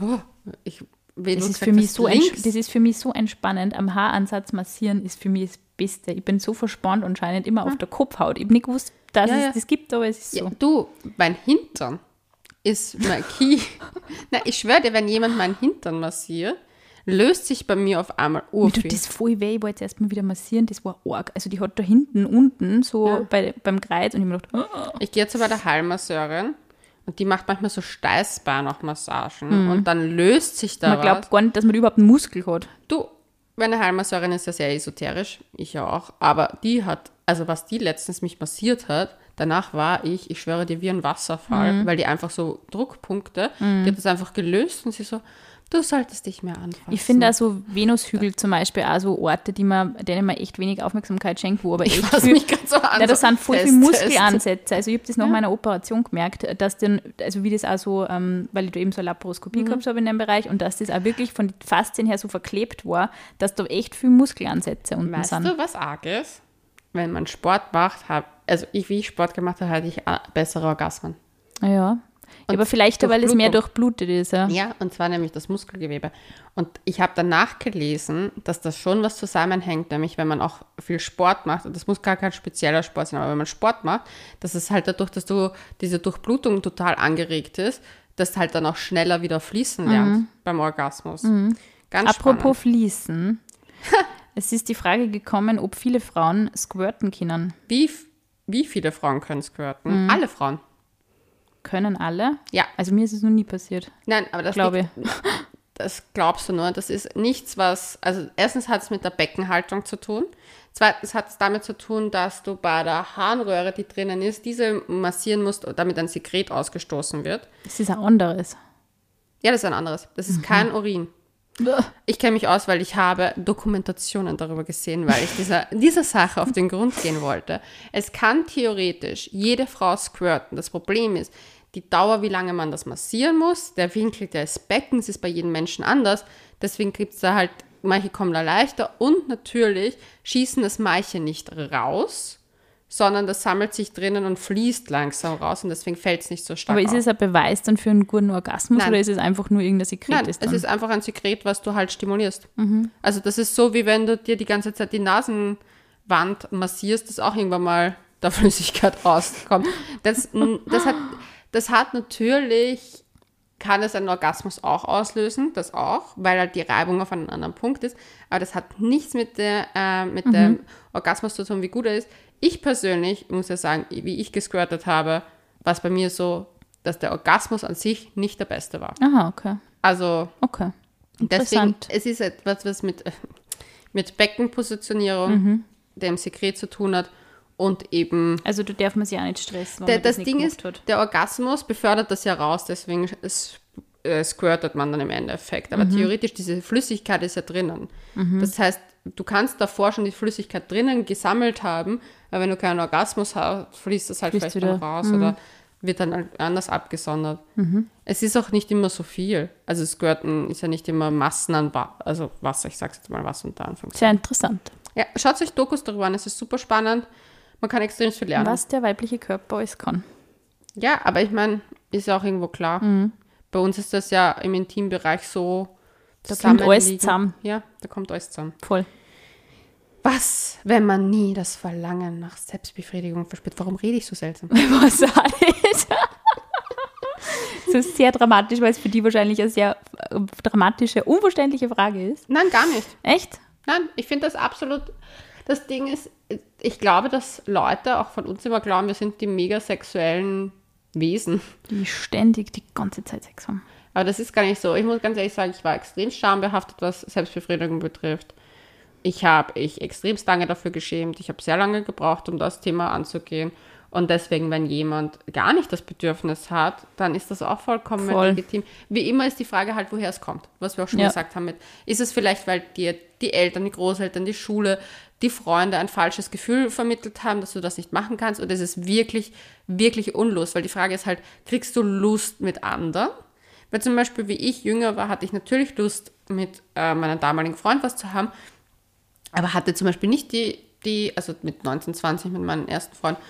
Das ist für mich so entspannend. Am Haaransatz massieren ist für mich das Beste. Ich bin so verspannt anscheinend immer auf der Kopfhaut. Ich habe nicht gewusst, dass es das gibt, aber es ist so. Ja, du, mein Hintern ist mein Key. Na, ich schwöre dir, wenn jemand meinen Hintern massiert, löst sich bei mir auf einmal Mir tut das voll weh. Ich wollte jetzt erstmal wieder massieren, das war arg. Also die hat da hinten, unten, so beim Kreuz und ich mir gedacht, Ich gehe jetzt bei der Heilmasseurin und die macht manchmal so Steißbeinmassagen und dann löst sich da man glaubt gar nicht, dass man überhaupt einen Muskel hat. Du, meine Heilmasseurin ist ja sehr esoterisch, ich ja auch, aber die hat, also was die letztens mich massiert hat, danach war ich schwöre dir, wie ein Wasserfall, weil die einfach so Druckpunkte, die hat das einfach gelöst und sie so, Du solltest dich mehr anfassen. Ich finde auch so Venushügel zum Beispiel auch so Orte, denen man echt wenig Aufmerksamkeit schenkt, wo aber echt viel, mich gerade so an. ja, das sind voll viele Muskelansätze. Also ich habe das nach meiner Operation gemerkt, dass dann, also wie das auch so, weil ich da eben so eine Laparoskopie gehabt habe in dem Bereich und dass das auch wirklich von den Faszien her so verklebt war, dass da echt viele Muskelansätze unten weißt sind. du, was arg ist? Wenn man Sport macht, wie ich Sport gemacht habe, hatte ich bessere Orgasmen. Ja. Aber vielleicht, weil es mehr durchblutet ist. Ja. Ja, und zwar nämlich das Muskelgewebe. Und ich habe dann nachgelesen, dass das schon was zusammenhängt, nämlich wenn man auch viel Sport macht, und das muss gar kein spezieller Sport sein, aber wenn man Sport macht, dass es halt dadurch, dass du diese Durchblutung total angeregt ist, dass halt dann auch schneller wieder fließen lernt beim Orgasmus. Ganz Apropos spannend. Fließen. Es ist die Frage gekommen, ob viele Frauen squirten können. Wie viele Frauen können squirten? Alle Frauen. Können alle? Ja. Also mir ist es noch nie passiert. Nein, aber das das glaubst du nur. Das ist nichts, also erstens hat es mit der Beckenhaltung zu tun. Zweitens hat es damit zu tun, dass du bei der Harnröhre, die drinnen ist, diese massieren musst, damit ein Sekret ausgestoßen wird. Das ist ein anderes. Ja, das ist ein anderes. Das ist kein Urin. Ich kenne mich aus, weil ich habe Dokumentationen darüber gesehen, weil ich dieser Sache auf den Grund gehen wollte. Es kann theoretisch jede Frau squirten. Das Problem ist, die Dauer, wie lange man das massieren muss, der Winkel des Beckens ist bei jedem Menschen anders. Deswegen gibt es da halt, manche kommen da leichter und natürlich schießen das manche nicht raus, sondern das sammelt sich drinnen und fließt langsam raus und deswegen fällt es nicht so stark Aber ist auf. es ein Beweis dann für einen guten Orgasmus oder ist es einfach nur irgendein Sekret? Nein, es ist einfach ein Sekret, was du halt stimulierst. Also das ist so, wie wenn du dir die ganze Zeit die Nasenwand massierst, dass auch irgendwann mal da Flüssigkeit rauskommt. Das hat natürlich, kann es einen Orgasmus auch auslösen, das auch, weil halt die Reibung auf einem anderen Punkt ist, aber das hat nichts mit dem Orgasmus zu tun, wie gut er ist. Ich persönlich muss ja sagen, wie ich gesquirtet habe, war es bei mir so, dass der Orgasmus an sich nicht der beste war. Aha, okay. Also Okay. deswegen, es ist etwas, was mit Beckenpositionierung, dem Sekret zu tun hat und eben... Also da darf man sich auch nicht stressen, wenn man Das nicht Ding gemacht ist, hat. der Orgasmus befördert das ja raus, deswegen squirtet man dann im Endeffekt. Aber theoretisch, diese Flüssigkeit ist ja drinnen. Das heißt, du kannst davor schon die Flüssigkeit drinnen gesammelt haben, aber wenn du keinen Orgasmus hast, fließt das halt Fließt vielleicht dann raus oder wird dann halt anders abgesondert. Es ist auch nicht immer so viel. Also Squirten ist ja nicht immer Massen an Wasser, ich sag's jetzt mal Wasser unter Anführungszeichen. Sehr interessant. Ja, schaut euch Dokus darüber an, es ist super spannend. Man kann extrem viel lernen. Was der weibliche Körper alles kann. Ja, aber ich meine, ist ja auch irgendwo klar. Bei uns ist das ja im Intimbereich so Da kommt alles zusammenliegen. zusammen. Ja, da kommt alles zusammen. Voll. Was, wenn man nie das Verlangen nach Selbstbefriedigung verspürt? Warum rede ich so seltsam? Was alles? So sehr dramatisch, weil es für die wahrscheinlich eine sehr dramatische, unverständliche Frage ist. Nein, gar nicht. Echt? Nein, ich finde das absolut, das Ding ist, ich glaube, dass Leute auch von uns immer glauben, wir sind die mega sexuellen Wesen. Die ständig die ganze Zeit Sex haben. Aber das ist gar nicht so. Ich muss ganz ehrlich sagen, ich war extrem schambehaftet, was Selbstbefriedigung betrifft. Ich habe extremst lange dafür geschämt. Ich habe sehr lange gebraucht, um das Thema anzugehen. Und deswegen, wenn jemand gar nicht das Bedürfnis hat, dann ist das auch vollkommen legitim. Wie immer ist die Frage halt, woher es kommt. Was wir auch schon gesagt haben. Ist es vielleicht, weil dir die Eltern, die Großeltern, die Schule, die Freunde ein falsches Gefühl vermittelt haben, dass du das nicht machen kannst? Oder ist es wirklich, wirklich Unlust? Weil die Frage ist halt, kriegst du Lust mit anderen? Weil zum Beispiel, wie ich jünger war, hatte ich natürlich Lust, mit meinem damaligen Freund was zu haben, aber hatte zum Beispiel nicht also mit 19, 20, mit meinem ersten Freund,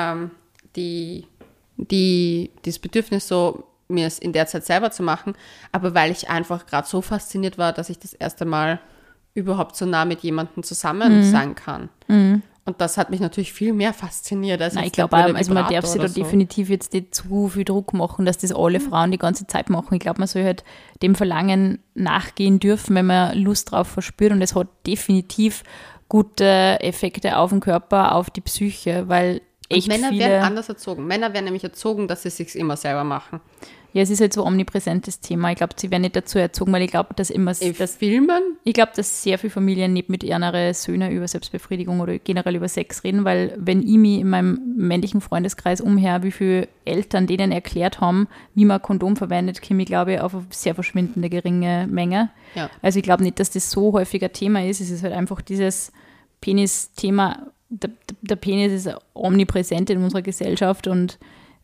das Bedürfnis, so mir es in der Zeit selber zu machen, aber weil ich einfach gerade so fasziniert war, dass ich das erste Mal überhaupt so nah mit jemandem zusammen sein kann. Und das hat mich natürlich viel mehr fasziniert. Als ich glaube, also man darf sich da definitiv jetzt nicht zu viel Druck machen, dass das alle Frauen die ganze Zeit machen. Ich glaube, man soll halt dem Verlangen nachgehen dürfen, wenn man Lust drauf verspürt. Und es hat definitiv gute Effekte auf den Körper, auf die Psyche, weil echt Männer viele... werden anders erzogen. Männer werden nämlich erzogen, dass sie es sich immer selber machen. Ja, es ist halt so ein omnipräsentes Thema. Ich glaube, sie werden nicht dazu erzogen, weil ich glaube, dass immer... Filmen? Ich glaube, dass sehr viele Familien nicht mit ihren Söhnen über Selbstbefriedigung oder generell über Sex reden, weil wenn ich mich in meinem männlichen Freundeskreis umher, wie viele Eltern denen erklärt haben, wie man Kondom verwendet, komme ich, glaube ich, auf eine sehr verschwindende geringe Menge. Ja. Also ich glaube nicht, dass das so häufig ein Thema ist. Es ist halt einfach dieses Penis-Thema. Der Penis ist omnipräsent in unserer Gesellschaft und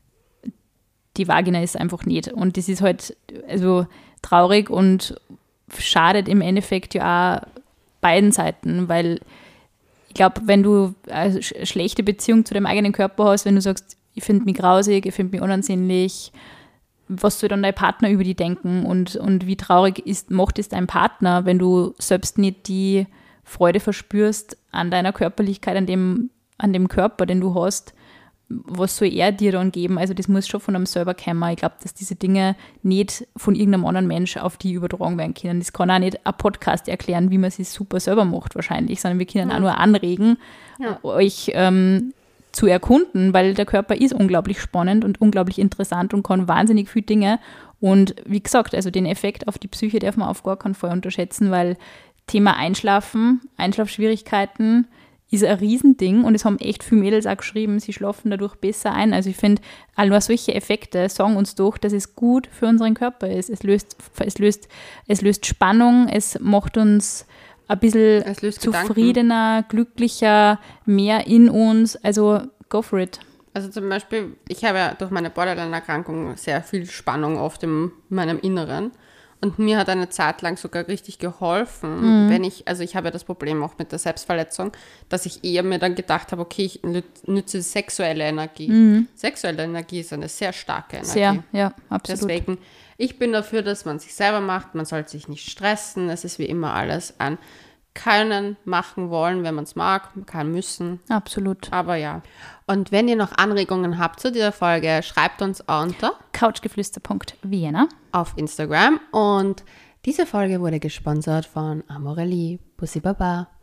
die Vagina ist einfach nicht. Und das ist halt also traurig und schadet im Endeffekt ja auch beiden Seiten, weil ich glaube, wenn du eine schlechte Beziehung zu deinem eigenen Körper hast, wenn du sagst, ich finde mich grausig, ich finde mich unansehnlich, was soll dann dein Partner über die denken und wie traurig macht es dein Partner, wenn du selbst nicht die Freude verspürst an deiner Körperlichkeit, an dem Körper, den du hast, was soll er dir dann geben? Also das muss schon von einem selber kommen. Ich glaube, dass diese Dinge nicht von irgendeinem anderen Mensch auf die übertragen werden können. Das kann auch nicht ein Podcast erklären, wie man es super selber macht wahrscheinlich, sondern wir können auch nur anregen, euch zu erkunden, weil der Körper ist unglaublich spannend und unglaublich interessant und kann wahnsinnig viele Dinge. Und wie gesagt, also den Effekt auf die Psyche darf man auf gar keinen Fall unterschätzen, weil Thema Einschlafen, Einschlafschwierigkeiten ist ein Riesending und es haben echt viele Mädels auch geschrieben, sie schlafen dadurch besser ein. Also ich finde, all nur solche Effekte sagen uns doch, dass es gut für unseren Körper ist. Es löst Spannung, es macht uns ein bisschen zufriedener, glücklicher, mehr in uns. Also go for it. Also zum Beispiel, ich habe ja durch meine Borderline-Erkrankung sehr viel Spannung oft in meinem Inneren. Und mir hat eine Zeit lang sogar richtig geholfen, wenn ich habe ja das Problem auch mit der Selbstverletzung, dass ich eher mir dann gedacht habe, okay, ich nütze sexuelle Energie. Sexuelle Energie ist eine sehr starke Energie. Sehr, ja, absolut. Deswegen, ich bin dafür, dass man sich selber macht, man soll sich nicht stressen, es ist wie immer alles an können, machen wollen, wenn man es mag, kann, müssen. Absolut. Aber ja. Und wenn ihr noch Anregungen habt zu dieser Folge, schreibt uns unter couchgeflüster.vienna auf Instagram. Und diese Folge wurde gesponsert von Amorelie. Bussi Baba.